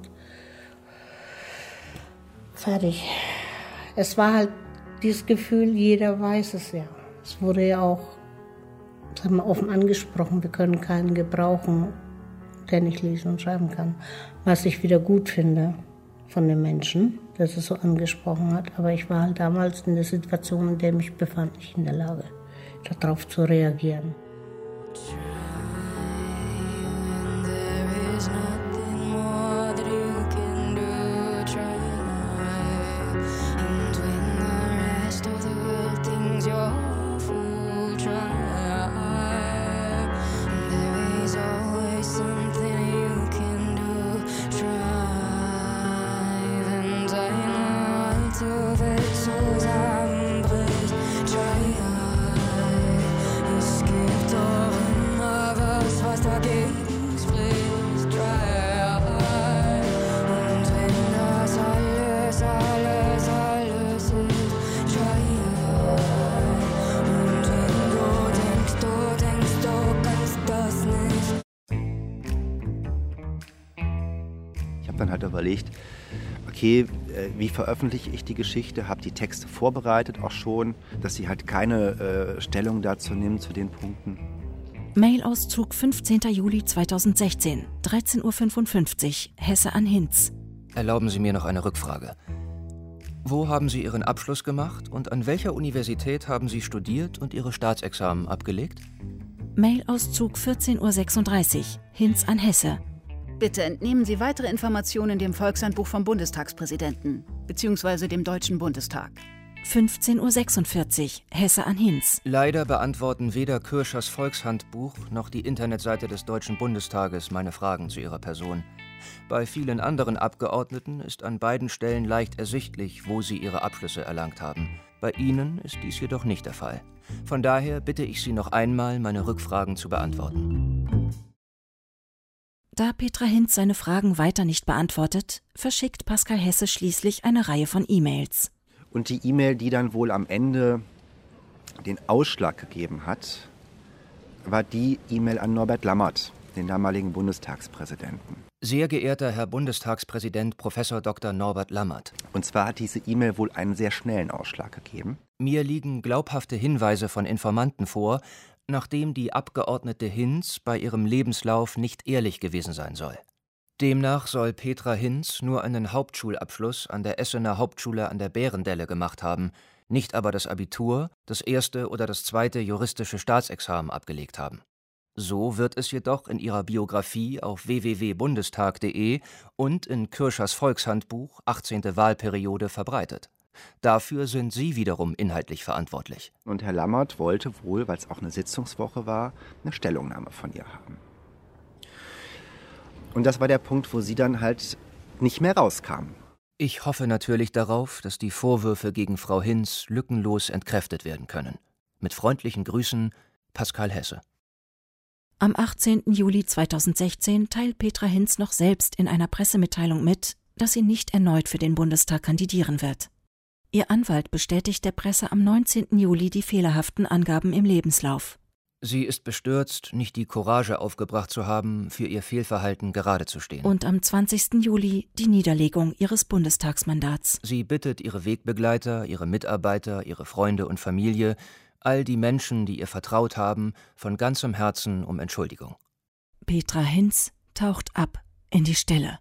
S2: fertig. Es war halt dieses Gefühl, jeder weiß es ja. Es wurde ja auch, das haben wir offen angesprochen, wir können keinen gebrauchen, der nicht lesen und schreiben kann. Was ich wieder gut finde von den Menschen, dass es so angesprochen hat. Aber ich war halt damals in der Situation, in der ich mich befand, nicht in der Lage, darauf zu reagieren.
S12: okay, wie veröffentliche ich die Geschichte, habe die Texte vorbereitet auch schon, dass sie halt keine Stellung dazu nimmt zu den Punkten.
S3: Mailauszug 15. Juli 2016, 13:55 Uhr, Hesse an Hinz.
S8: Erlauben Sie mir noch eine Rückfrage. Wo haben Sie Ihren Abschluss gemacht und an welcher Universität haben Sie studiert und Ihre Staatsexamen abgelegt?
S3: Mailauszug 14:36 Uhr, Hinz an Hesse.
S14: Bitte entnehmen Sie weitere Informationen dem Volkshandbuch vom Bundestagspräsidenten bzw. dem Deutschen Bundestag.
S3: 15:46 Uhr, Hesse an Hinz.
S8: Leider beantworten weder Kirschers Volkshandbuch noch die Internetseite des Deutschen Bundestages meine Fragen zu ihrer Person. Bei vielen anderen Abgeordneten ist an beiden Stellen leicht ersichtlich, wo sie ihre Abschlüsse erlangt haben. Bei Ihnen ist dies jedoch nicht der Fall. Von daher bitte ich Sie noch einmal, meine Rückfragen zu beantworten.
S3: Da Petra Hinz seine Fragen weiter nicht beantwortet, verschickt Pascal Hesse schließlich eine Reihe von E-Mails.
S12: Und die E-Mail, die dann wohl am Ende den Ausschlag gegeben hat, war die E-Mail an Norbert Lammert, den damaligen Bundestagspräsidenten.
S8: Sehr geehrter Herr Bundestagspräsident Prof. Dr. Norbert Lammert.
S12: Und zwar hat diese E-Mail wohl einen sehr schnellen Ausschlag gegeben.
S8: Mir liegen glaubhafte Hinweise von Informanten vor, nachdem die Abgeordnete Hinz bei ihrem Lebenslauf nicht ehrlich gewesen sein soll. Demnach soll Petra Hinz nur einen Hauptschulabschluss an der Essener Hauptschule an der Bärendelle gemacht haben, nicht aber das Abitur, das erste oder das zweite juristische Staatsexamen abgelegt haben. So wird es jedoch in ihrer Biografie auf www.bundestag.de und in Kirschers Volkshandbuch 18. Wahlperiode verbreitet. Dafür sind Sie wiederum inhaltlich verantwortlich.
S12: Und Herr Lammert wollte wohl, weil es auch eine Sitzungswoche war, eine Stellungnahme von ihr haben. Und das war der Punkt, wo sie dann halt nicht mehr rauskam.
S8: Ich hoffe natürlich darauf, dass die Vorwürfe gegen Frau Hinz lückenlos entkräftet werden können. Mit freundlichen Grüßen, Pascal Hesse.
S3: Am 18. Juli 2016 teilt Petra Hinz noch selbst in einer Pressemitteilung mit, dass sie nicht erneut für den Bundestag kandidieren wird. Ihr Anwalt bestätigt der Presse am 19. Juli die fehlerhaften Angaben im Lebenslauf.
S8: Sie ist bestürzt, nicht die Courage aufgebracht zu haben, für ihr Fehlverhalten gerade zu stehen.
S3: Und am 20. Juli die Niederlegung ihres Bundestagsmandats.
S8: Sie bittet ihre Wegbegleiter, ihre Mitarbeiter, ihre Freunde und Familie, all die Menschen, die ihr vertraut haben, von ganzem Herzen um Entschuldigung.
S3: Petra Hinz taucht ab in die Stille.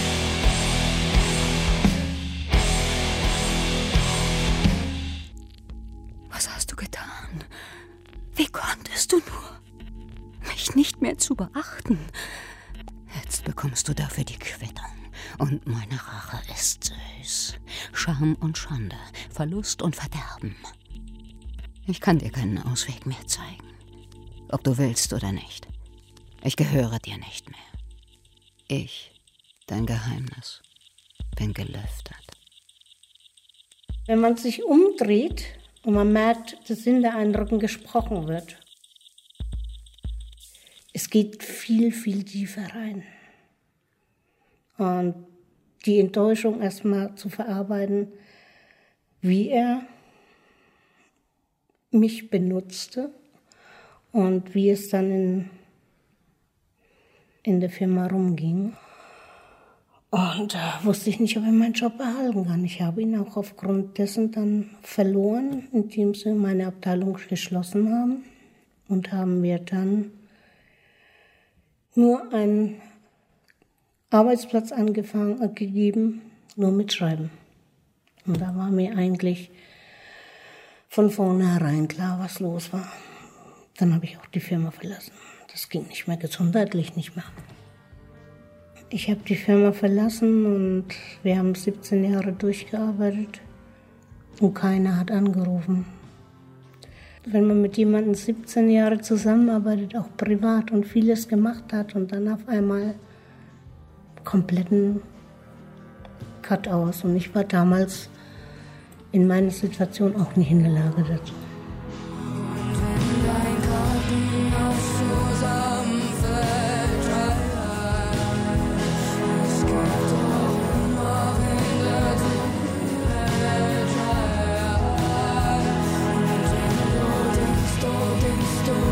S4: Was hast du getan? Wie konntest du nur, mich nicht mehr zu beachten? Jetzt bekommst du dafür die Quittung. Und meine Rache ist süß. Scham und Schande, Verlust und Verderben. Ich kann dir keinen Ausweg mehr zeigen. Ob du willst oder nicht. Ich gehöre dir nicht mehr. Ich, dein Geheimnis, bin gelüftet.
S2: Wenn man sich umdreht und man merkt, dass hinter einem Rücken gesprochen wird, es geht viel, viel tiefer rein. Und die Enttäuschung erstmal zu verarbeiten, wie er mich benutzte und wie es dann in der Firma rumging. Und da wusste ich nicht, ob ich meinen Job erhalten kann. Ich habe ihn auch aufgrund dessen dann verloren, indem sie meine Abteilung geschlossen haben. Und haben mir dann nur einen Arbeitsplatz gegeben, nur mit Schreiben. Und da war mir eigentlich von vornherein klar, was los war. Dann habe ich auch die Firma verlassen. Das ging nicht mehr, gesundheitlich nicht mehr. Ich habe die Firma verlassen und wir haben 17 Jahre durchgearbeitet und keiner hat angerufen. Wenn man mit jemandem 17 Jahre zusammenarbeitet, auch privat und vieles gemacht hat und dann auf einmal kompletten Cut aus. Und ich war damals in meiner Situation auch nicht in der Lage dazu.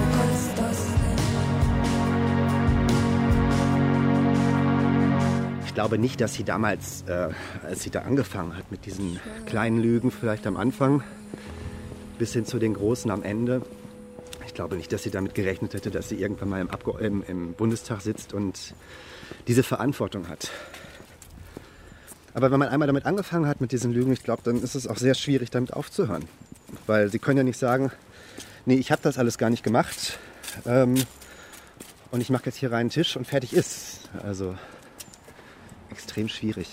S12: Ich glaube nicht, dass sie damals, als sie da angefangen hat mit diesen kleinen Lügen vielleicht am Anfang, bis hin zu den großen am Ende, ich glaube nicht, dass sie damit gerechnet hätte, dass sie irgendwann mal im Bundestag sitzt und diese Verantwortung hat. Aber wenn man einmal damit angefangen hat mit diesen Lügen, ich glaube, dann ist es auch sehr schwierig, damit aufzuhören. Weil sie können ja nicht sagen, nee, ich habe das alles gar nicht gemacht und ich mache jetzt hier rein einen Tisch und fertig ist. Also extrem schwierig.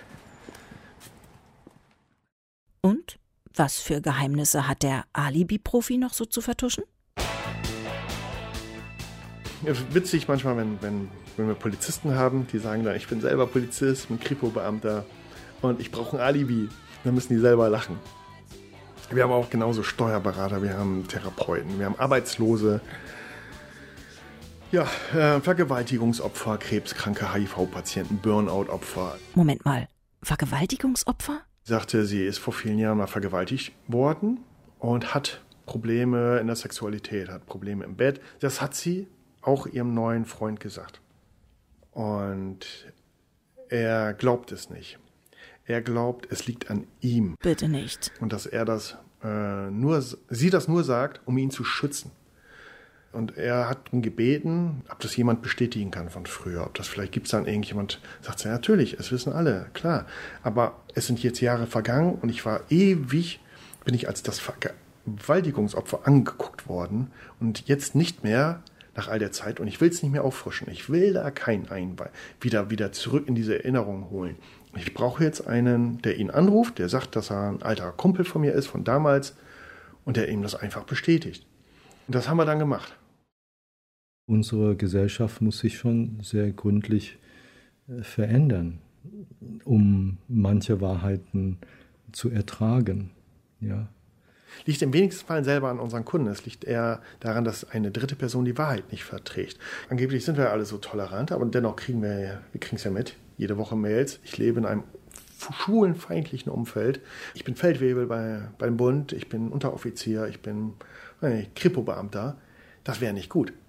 S3: Und was für Geheimnisse hat der Alibi-Profi noch so zu vertuschen?
S5: Ja, witzig manchmal, wenn wir Polizisten haben, die sagen dann, ich bin selber Polizist, bin Kripo-Beamter und ich brauche ein Alibi. Dann müssen die selber lachen. Wir haben auch genauso Steuerberater, wir haben Therapeuten, wir haben Arbeitslose, ja, Vergewaltigungsopfer, Krebskranke, HIV-Patienten, Burnout-Opfer.
S3: Moment mal, Vergewaltigungsopfer?
S5: Sagte, sie ist vor vielen Jahren mal vergewaltigt worden und hat Probleme in der Sexualität, hat Probleme im Bett. Das hat sie auch ihrem neuen Freund gesagt. Und er glaubt es nicht. Er glaubt, es liegt an ihm.
S3: Bitte nicht.
S5: Und dass er sie das nur sagt, um ihn zu schützen. Und er hat darum gebeten, ob das jemand bestätigen kann von früher. Ob das vielleicht gibt es dann irgendjemand, sagt ja natürlich, es wissen alle, klar. Aber es sind jetzt Jahre vergangen und ich war ewig, bin ich als das Vergewaltigungsopfer angeguckt worden und jetzt nicht mehr nach all der Zeit und ich will es nicht mehr auffrischen. Ich will da keinen wieder zurück in diese Erinnerung holen. Ich brauche jetzt einen, der ihn anruft, der sagt, dass er ein alter Kumpel von mir ist, von damals und der ihm das einfach bestätigt. Und das haben wir dann gemacht.
S13: Unsere Gesellschaft muss sich schon sehr gründlich verändern, um manche Wahrheiten zu ertragen. Ja.
S5: Liegt im wenigsten Fall selber an unseren Kunden. Es liegt eher daran, dass eine dritte Person die Wahrheit nicht verträgt. Angeblich sind wir alle so tolerant, aber dennoch kriegen wir es ja mit. Jede Woche Mails. Ich lebe in einem schwulenfeindlichen Umfeld. Ich bin Feldwebel beim Bund, ich bin Unteroffizier, ich bin Kripo-Beamter. Das wäre nicht gut.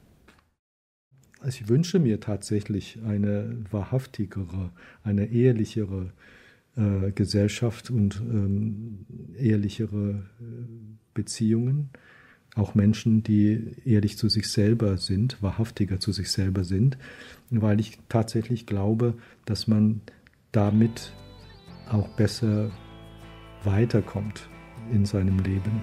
S13: Also ich wünsche mir tatsächlich eine wahrhaftigere, eine ehrlichere Gesellschaft und ehrlichere Beziehungen. Auch Menschen, die ehrlich zu sich selber sind, wahrhaftiger zu sich selber sind, weil ich tatsächlich glaube, dass man damit auch besser weiterkommt in seinem Leben.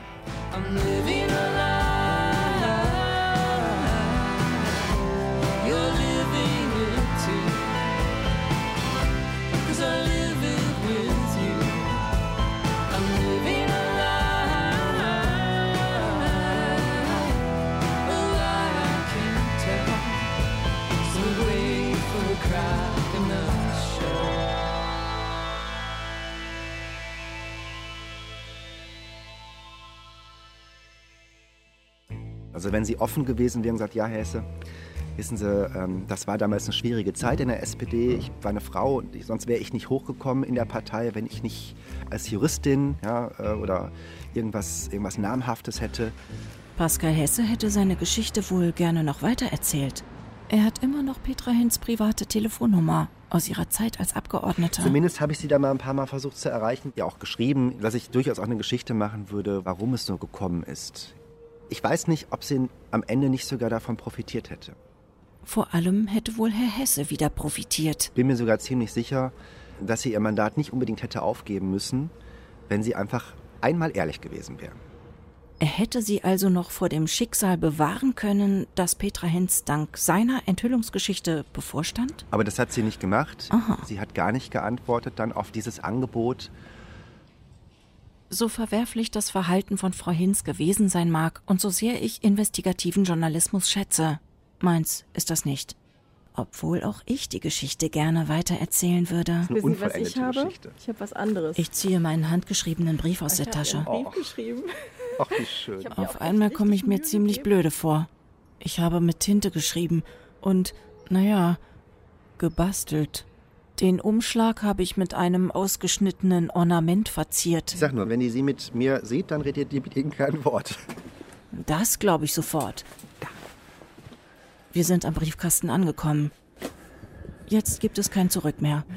S12: Also wenn Sie offen gewesen wären und gesagt, ja, Herr Hesse, wissen Sie, das war damals eine schwierige Zeit in der SPD. Ich war eine Frau und sonst wäre ich nicht hochgekommen in der Partei, wenn ich nicht als Juristin oder irgendwas Namhaftes hätte.
S3: Pascal Hesse hätte seine Geschichte wohl gerne noch weiter erzählt. Er hat immer noch Petra Hinz' private Telefonnummer aus ihrer Zeit als Abgeordneter.
S12: Zumindest habe ich sie da mal ein paar Mal versucht zu erreichen. Ja, auch geschrieben, dass ich durchaus auch eine Geschichte machen würde, warum es so gekommen ist. Ich weiß nicht, ob sie am Ende nicht sogar davon profitiert hätte.
S3: Vor allem hätte wohl Herr Hesse wieder profitiert.
S12: Bin mir sogar ziemlich sicher, dass sie ihr Mandat nicht unbedingt hätte aufgeben müssen, wenn sie einfach einmal ehrlich gewesen wäre.
S3: Er hätte sie also noch vor dem Schicksal bewahren können, das Petra Hinz dank seiner Enthüllungsgeschichte bevorstand?
S12: Aber das hat sie nicht gemacht.
S3: Aha.
S12: Sie hat gar nicht geantwortet dann auf dieses Angebot.
S3: So verwerflich das Verhalten von Frau Hinz gewesen sein mag und so sehr ich investigativen Journalismus schätze, meins ist das nicht. Obwohl auch ich die Geschichte gerne weitererzählen würde.
S6: Wissen Sie, was ich habe? Ich habe was anderes.
S3: Ich ziehe meinen handgeschriebenen Brief aus der Tasche.
S6: Ich habe einen Brief geschrieben.
S12: Ach, wie schön.
S3: Auf einmal komme ich mir ziemlich blöde vor. Ich habe mit Tinte geschrieben und, gebastelt. Den Umschlag habe ich mit einem ausgeschnittenen Ornament verziert.
S12: Ich sag nur, wenn die sie mit mir sieht, dann redet ihr mit ihnen kein Wort.
S3: Das glaube ich sofort. Wir sind am Briefkasten angekommen. Jetzt gibt es kein Zurück mehr.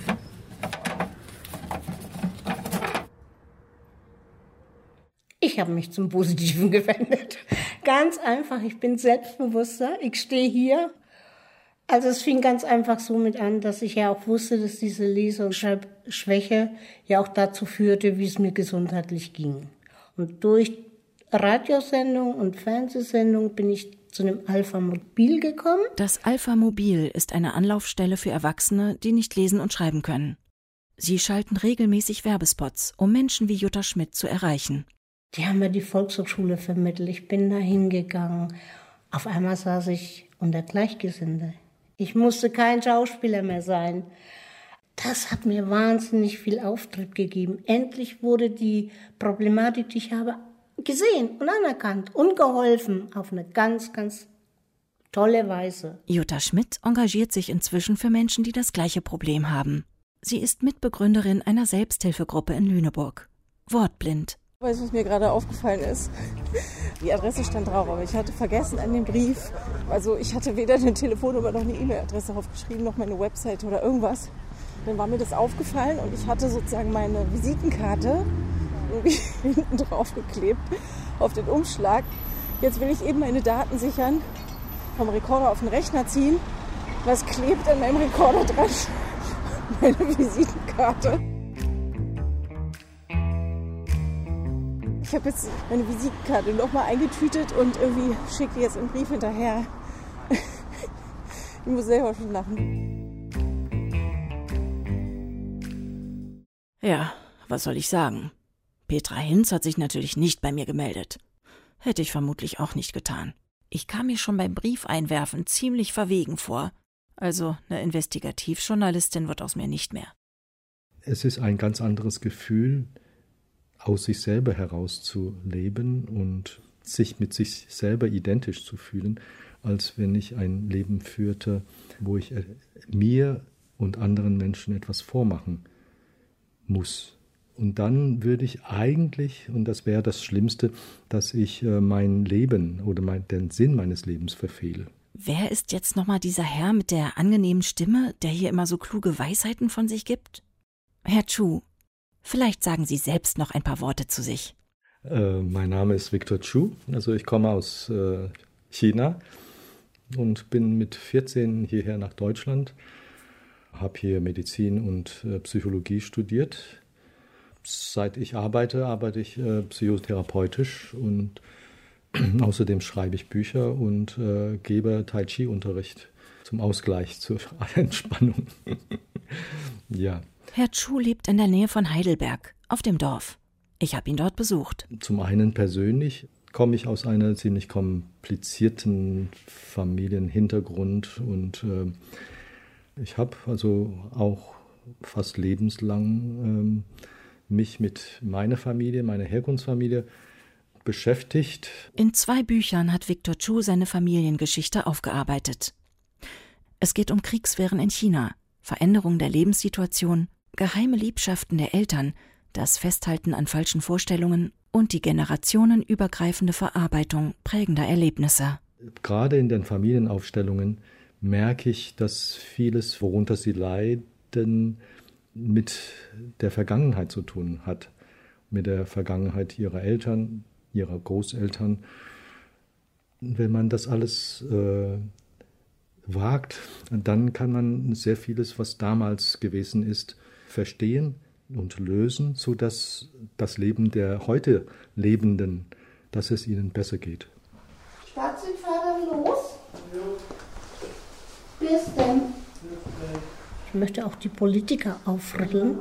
S2: Ich habe mich zum Positiven gewendet. Ganz einfach, ich bin selbstbewusster, ich stehe hier. Also es fing ganz einfach somit an, dass ich ja auch wusste, dass diese Lese- und Schreibschwäche ja auch dazu führte, wie es mir gesundheitlich ging. Und durch Radiosendung und Fernsehsendung bin ich zu einem Alpha-Mobil gekommen.
S3: Das Alpha-Mobil ist eine Anlaufstelle für Erwachsene, die nicht lesen und schreiben können. Sie schalten regelmäßig Werbespots, um Menschen wie Jutta Schmidt zu erreichen.
S2: Die haben mir die Volkshochschule vermittelt. Ich bin da hingegangen. Auf einmal saß ich unter Gleichgesinnte. Ich musste kein Schauspieler mehr sein. Das hat mir wahnsinnig viel Auftrieb gegeben. Endlich wurde die Problematik, die ich habe, gesehen und anerkannt und geholfen auf eine ganz, ganz tolle Weise.
S3: Jutta Schmidt engagiert sich inzwischen für Menschen, die das gleiche Problem haben. Sie ist Mitbegründerin einer Selbsthilfegruppe in Lüneburg. Wortblind.
S6: Weißt du, was mir gerade aufgefallen ist? Die Adresse stand drauf, aber ich hatte vergessen an dem Brief. Also ich hatte weder eine Telefonnummer noch eine E-Mail-Adresse draufgeschrieben, noch meine Website oder irgendwas. Dann war mir das aufgefallen und ich hatte sozusagen meine Visitenkarte irgendwie hinten drauf geklebt auf den Umschlag. Jetzt will ich eben meine Daten sichern, vom Rekorder auf den Rechner ziehen. Was klebt an meinem Rekorder dran? Meine Visitenkarte. Ich habe jetzt meine Visitenkarte nochmal eingetütet und irgendwie schicke jetzt einen Brief hinterher. Ich muss selber schon lachen.
S3: Ja, was soll ich sagen? Petra Hinz hat sich natürlich nicht bei mir gemeldet. Hätte ich vermutlich auch nicht getan. Ich kam mir schon beim Briefeinwerfen ziemlich verwegen vor. Also eine Investigativjournalistin wird aus mir nicht mehr.
S13: Es ist ein ganz anderes Gefühl, aus sich selber heraus zu leben und sich mit sich selber identisch zu fühlen, als wenn ich ein Leben führte, wo ich mir und anderen Menschen etwas vormachen muss. Und dann würde ich eigentlich, und das wäre das Schlimmste, dass ich mein Leben oder den Sinn meines Lebens verfehle.
S3: Wer ist jetzt nochmal dieser Herr mit der angenehmen Stimme, der hier immer so kluge Weisheiten von sich gibt? Herr Chu, vielleicht sagen Sie selbst noch ein paar Worte zu sich.
S13: Mein Name ist Victor Chu, also ich komme aus China und bin mit 14 hierher nach Deutschland, habe hier Medizin und Psychologie studiert. Seit ich arbeite ich psychotherapeutisch und außerdem schreibe ich Bücher und gebe Tai Chi-Unterricht zum Ausgleich, zur Entspannung. Ja.
S3: Herr Chu lebt in der Nähe von Heidelberg, auf dem Dorf. Ich habe ihn dort besucht.
S13: Zum einen persönlich komme ich aus einem ziemlich komplizierten Familienhintergrund und ich habe also auch fast lebenslang mich mit meiner Familie, meiner Herkunftsfamilie beschäftigt.
S3: In 2 Büchern hat Victor Chu seine Familiengeschichte aufgearbeitet. Es geht um Kriegswehren in China, Veränderung der Lebenssituation, geheime Liebschaften der Eltern, das Festhalten an falschen Vorstellungen und die generationenübergreifende Verarbeitung prägender Erlebnisse.
S13: Gerade in den Familienaufstellungen merke ich, dass vieles, worunter sie leiden, mit der Vergangenheit zu tun hat. Mit der Vergangenheit ihrer Eltern, ihrer Großeltern. Wenn man das alles wagt, dann kann man sehr vieles, was damals gewesen ist, verstehen und lösen, sodass das Leben der heute Lebenden, dass es ihnen besser geht.
S2: Schatz, ich fahre dann los. Bis denn. Ich möchte auch die Politiker aufrütteln,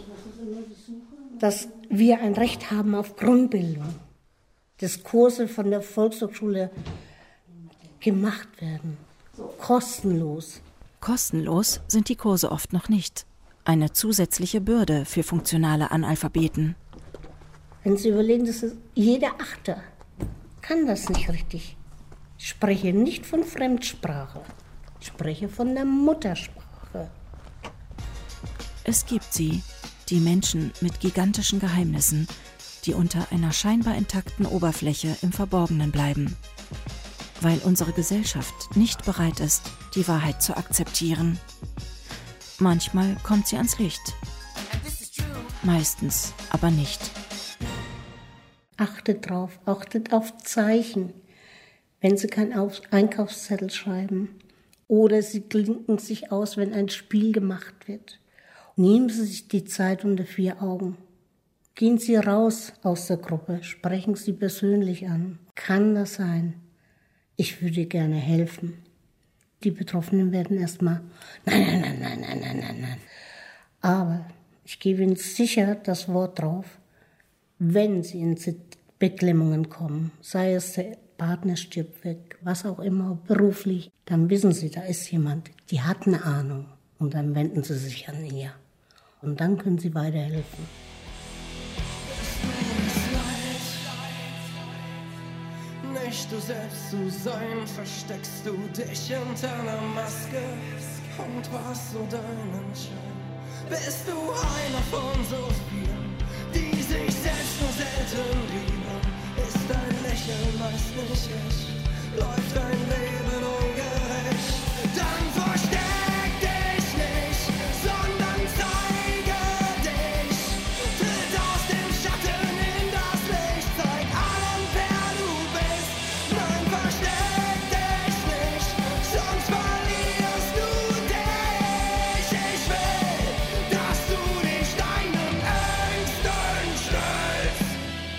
S2: dass wir ein Recht haben auf Grundbildung, dass Kurse von der Volkshochschule gemacht werden, kostenlos.
S3: Kostenlos sind die Kurse oft noch nicht. Eine zusätzliche Bürde für funktionale Analphabeten.
S2: Wenn Sie überlegen, dass jeder Achte kann das nicht richtig. Ich spreche nicht von Fremdsprache, ich spreche von der Muttersprache.
S3: Es gibt sie, die Menschen mit gigantischen Geheimnissen, die unter einer scheinbar intakten Oberfläche im Verborgenen bleiben. Weil unsere Gesellschaft nicht bereit ist, die Wahrheit zu akzeptieren. Manchmal kommt sie ans Licht. Meistens aber nicht.
S2: Achtet drauf, achtet auf Zeichen. Wenn Sie keinen Einkaufszettel schreiben oder Sie klinken sich aus, wenn ein Spiel gemacht wird. Nehmen Sie sich die Zeit unter 4 Augen. Gehen Sie raus aus der Gruppe, sprechen Sie persönlich an. Kann das sein? Ich würde gerne helfen. Die Betroffenen werden erstmal, nein. Aber ich gebe Ihnen sicher das Wort drauf, wenn Sie in Beklemmungen kommen, sei es der Partner stirbt weg, was auch immer, beruflich, dann wissen Sie, da ist jemand, die hat eine Ahnung. Und dann wenden Sie sich an ihr. Und dann können Sie weiterhelfen.
S11: Nicht du selbst zu sein, versteckst du dich hinter einer Maske und warst so deinen Schein. Bist du einer von so vielen, die sich selbst nur selten lieben? Ist dein Lächeln meist nicht echt? Läuft dein Leben ungerecht? Dann versteck dich nicht, sondern zeige dich. Tritt aus dem Schatten in das Licht, zeig allen, wer du bist. Nein, versteck dich nicht, sonst verlierst du dich. Ich will, dass du dich deinen Ängsten stellst.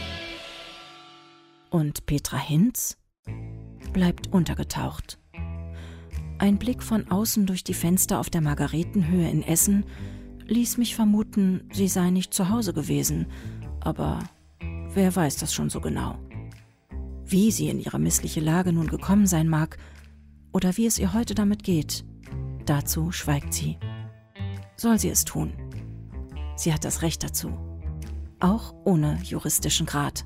S3: Und Petra Hinz bleibt untergetaucht. Ein Blick von außen durch die Fenster auf der Margaretenhöhe in Essen ließ mich vermuten, sie sei nicht zu Hause gewesen. Aber wer weiß das schon so genau? Wie sie in ihre missliche Lage nun gekommen sein mag oder wie es ihr heute damit geht, dazu schweigt sie. Soll sie es tun? Sie hat das Recht dazu. Auch ohne juristischen Grad.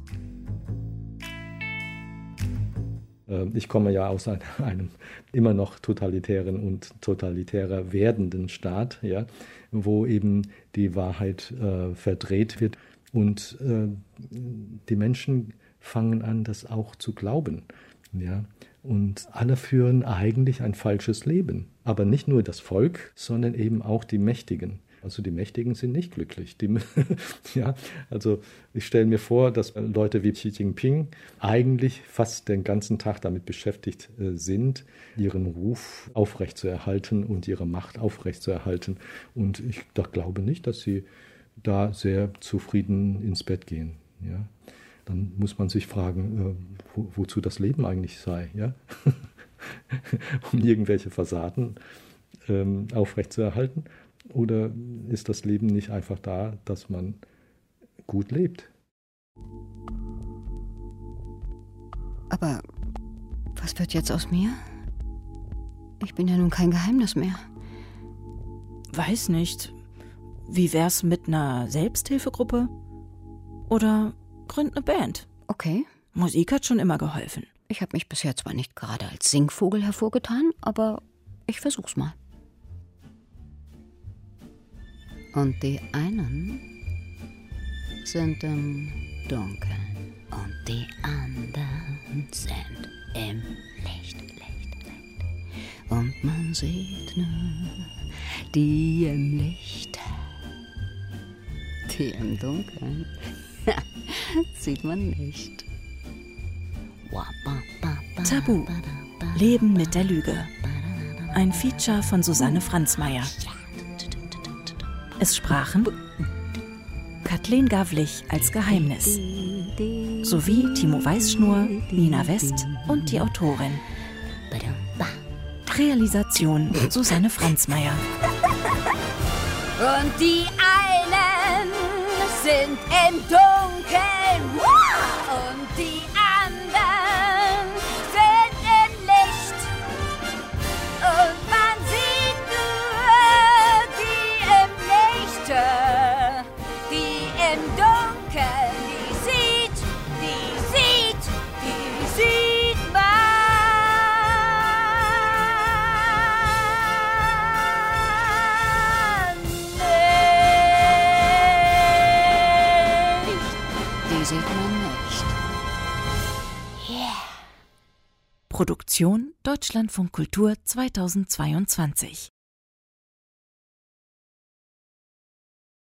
S13: Ich komme ja aus einem immer noch totalitären und totalitärer werdenden Staat, ja, wo eben die Wahrheit verdreht wird. Und die Menschen fangen an, das auch zu glauben. Ja. Und alle führen eigentlich ein falsches Leben. Aber nicht nur das Volk, sondern eben auch die Mächtigen. Also die Mächtigen sind nicht glücklich. Ja, also ich stelle mir vor, dass Leute wie Xi Jinping eigentlich fast den ganzen Tag damit beschäftigt sind, ihren Ruf aufrechtzuerhalten und ihre Macht aufrechtzuerhalten. Und ich glaube nicht, dass sie da sehr zufrieden ins Bett gehen. Ja? Dann muss man sich fragen, wozu das Leben eigentlich sei. Ja? Um irgendwelche Fassaden aufrechtzuerhalten. Oder ist das Leben nicht einfach da, dass man gut lebt?
S4: Aber was wird jetzt aus mir? Ich bin ja nun kein Geheimnis mehr.
S3: Weiß nicht. Wie wär's mit einer Selbsthilfegruppe? Oder gründ eine Band?
S4: Okay.
S3: Musik hat schon immer geholfen.
S4: Ich habe mich bisher zwar nicht gerade als Singvogel hervorgetan, aber ich versuch's mal. Und die einen sind im Dunkeln und die anderen sind im Licht. Und man sieht nur die im Licht, die im Dunkeln sieht man nicht.
S3: Tabu. Leben mit der Lüge. Ein Feature von Susanne Franzmeier. Es sprachen Kathleen Gavlich als Geheimnis, sowie Timo Weißschnur, Nina West und die Autorin. Realisation Susanne Franzmeier.
S15: Und die einen sind im Dunkeln und die anderen sind im Licht. Und man sieht nur die im Lichte, die im Dunkeln, die sieht man.
S4: Die sieht man nicht.
S15: Yeah.
S3: Produktion Deutschlandfunk Kultur 2022.